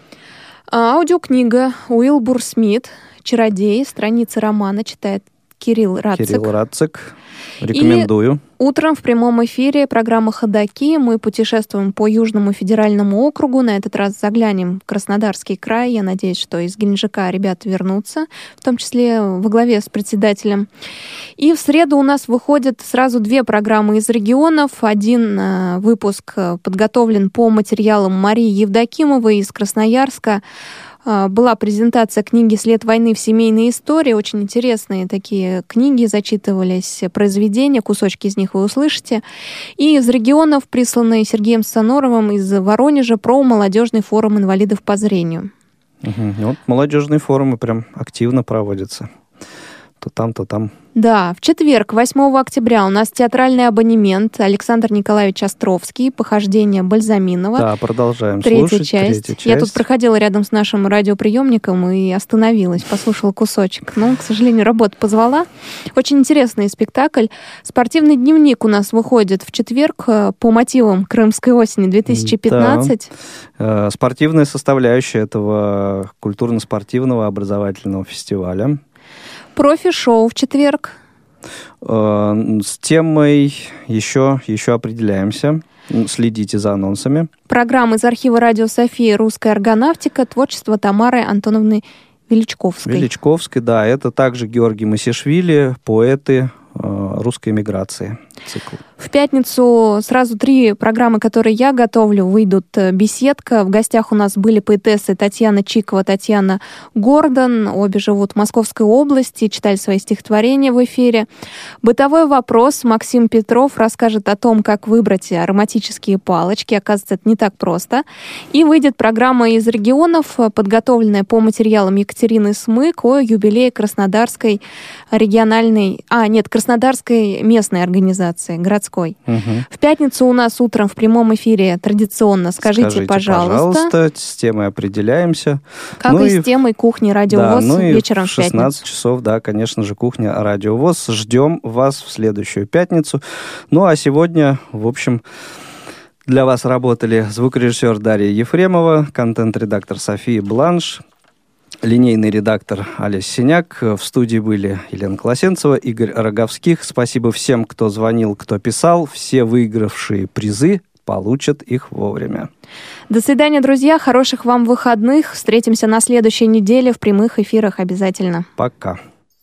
Аудиокнига «Уилбур Смит. Чародей». Страницы романа читает Кирилл Рацик.
Кирилл Рацик. Рекомендую.
И утром в прямом эфире программа «Ходоки». Мы путешествуем по Южному федеральному округу. На этот раз заглянем в Краснодарский край. Я надеюсь, что из Геленджика ребята вернутся, в том числе во главе с председателем. И в среду у нас выходят сразу две программы из регионов. Один э, выпуск подготовлен по материалам Марии Евдокимовой из Красноярска. Была презентация книги «След войны в семейной истории». Очень интересные такие книги зачитывались, произведения, кусочки из них вы услышите. И из регионов, присланные Сергеем Соноровым из Воронежа, про молодежный форум инвалидов по зрению.
Угу. Вот молодежные форумы прям активно проводятся. То там, то там.
Да, в четверг, восьмого октября, у нас театральный абонемент Александр Николаевич Островский, «Похождение Бальзаминова».
Да, продолжаем
третья
слушать.
Часть.
Третья часть.
Я тут проходила рядом с нашим радиоприемником и остановилась, послушала кусочек. Но, к сожалению, работа позвала. Очень интересный спектакль. «Спортивный дневник» у нас выходит в четверг по мотивам Крымской осени две тысячи пятнадцать.
Да. Спортивная составляющая этого культурно-спортивного образовательного фестиваля.
Профи-шоу в четверг.
С темой еще, еще определяемся. Следите за анонсами.
Программа из архива «Радио София. Русская органавтика». Творчество Тамары Антоновны Величковской.
Величковской, да. Это также Георгий Масишвили, поэты русской эмиграции. Цикл.
В пятницу сразу три программы, которые я готовлю, выйдут. «Беседка». В гостях у нас были поэтессы Татьяна Чикова, Татьяна Гордон. Обе живут в Московской области, читали свои стихотворения в эфире. «Бытовой вопрос». Максим Петров расскажет о том, как выбрать ароматические палочки. Оказывается, это не так просто. И выйдет программа из регионов, подготовленная по материалам Екатерины Смык о юбилее Краснодарской региональной... А, нет, Краснодарской местной организации, городской.
Угу.
В пятницу у нас утром в прямом эфире традиционно «Скажите,
Скажите
пожалуйста».
пожалуйста. С темой определяемся.
Как
ну
и,
и
с темой кухни «Радио
да,
ВОС»
ну
вечером
в пятницу. В шестнадцать часов, да, конечно же, кухня «Радио ВОС». Ждем вас в следующую пятницу. Ну, а сегодня, в общем... Для вас работали звукорежиссер Дарья Ефремова, контент-редактор София Бланш, линейный редактор Олеся Синяк. В студии были Елена Колосенцева, Игорь Роговских. Спасибо всем, кто звонил, кто писал. Все выигравшие призы получат их вовремя.
До свидания, друзья. Хороших вам выходных. Встретимся на следующей неделе в прямых эфирах обязательно.
Пока.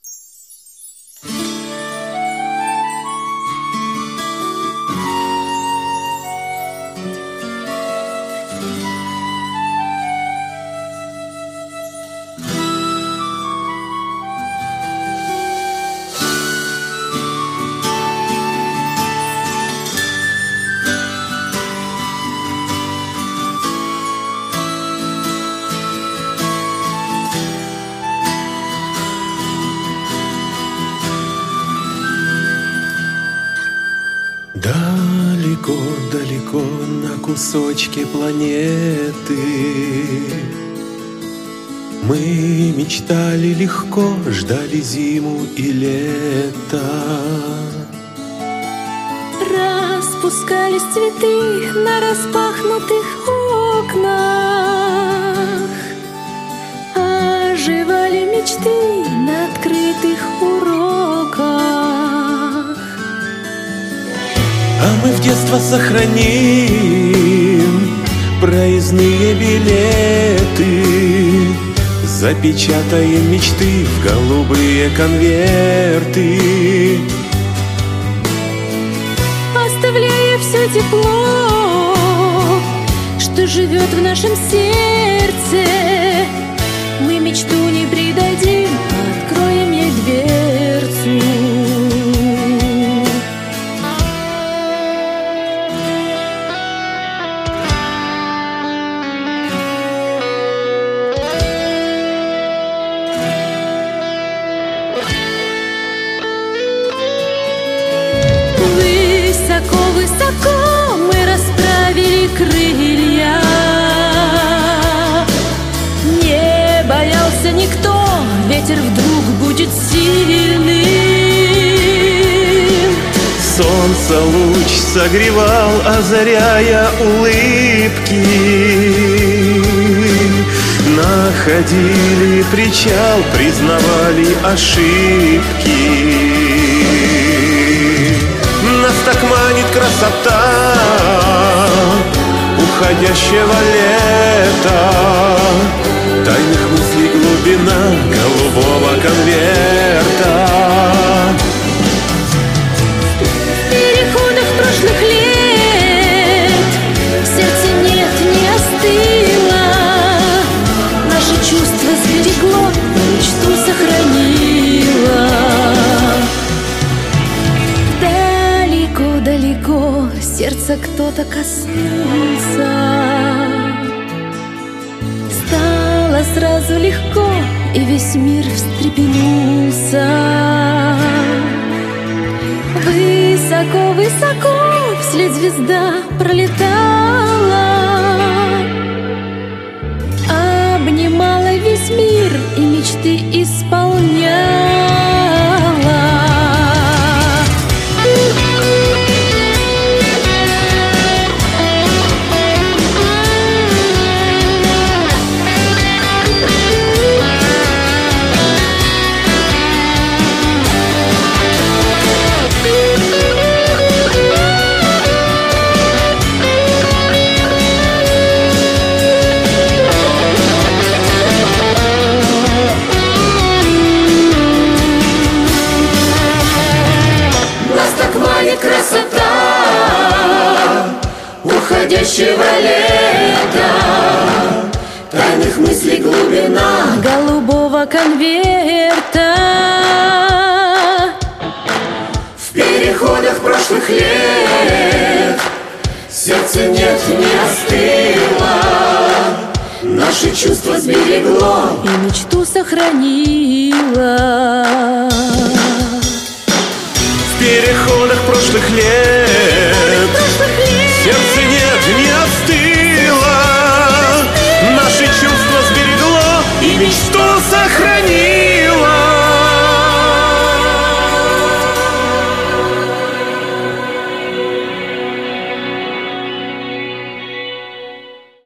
Далеко-далеко на кусочке планеты мы мечтали легко, ждали зиму и лето.
Раз распускались цветы на распахнутых окнах, оживали мечты на открытых уроках.
А мы в детство сохраним проездные билеты, запечатаем мечты в голубые конверты,
оставляя все тепло, что живет в нашем сердце. Мы мечту не предадим, откроем ей дверцу. Высоко-высоко мы расправили крылья, не боялся никто, ветер вдруг будет сильным.
Солнце луч согревал, озаряя улыбки. Находили причал, признавали ошибки. Нас так манит красота уходящего лета, тайных мыслей глубина голубого конверта.
В переходах прошлых лет в сердце нет, не остыло. Наше чувство сберегло, мечту сохранило. Далеко сердца кто-то коснулся, стало сразу легко, и весь мир встрепенулся. Высоко-высоко вслед звезда пролетала, обнимала весь мир и мечты исполняла. Красота уходящего лета, тайных мыслей глубина голубого конверта.
В переходах прошлых лет сердце нет, не остыло. Наши чувства сберегло
и мечту сохранило.
В переходах прошлых лет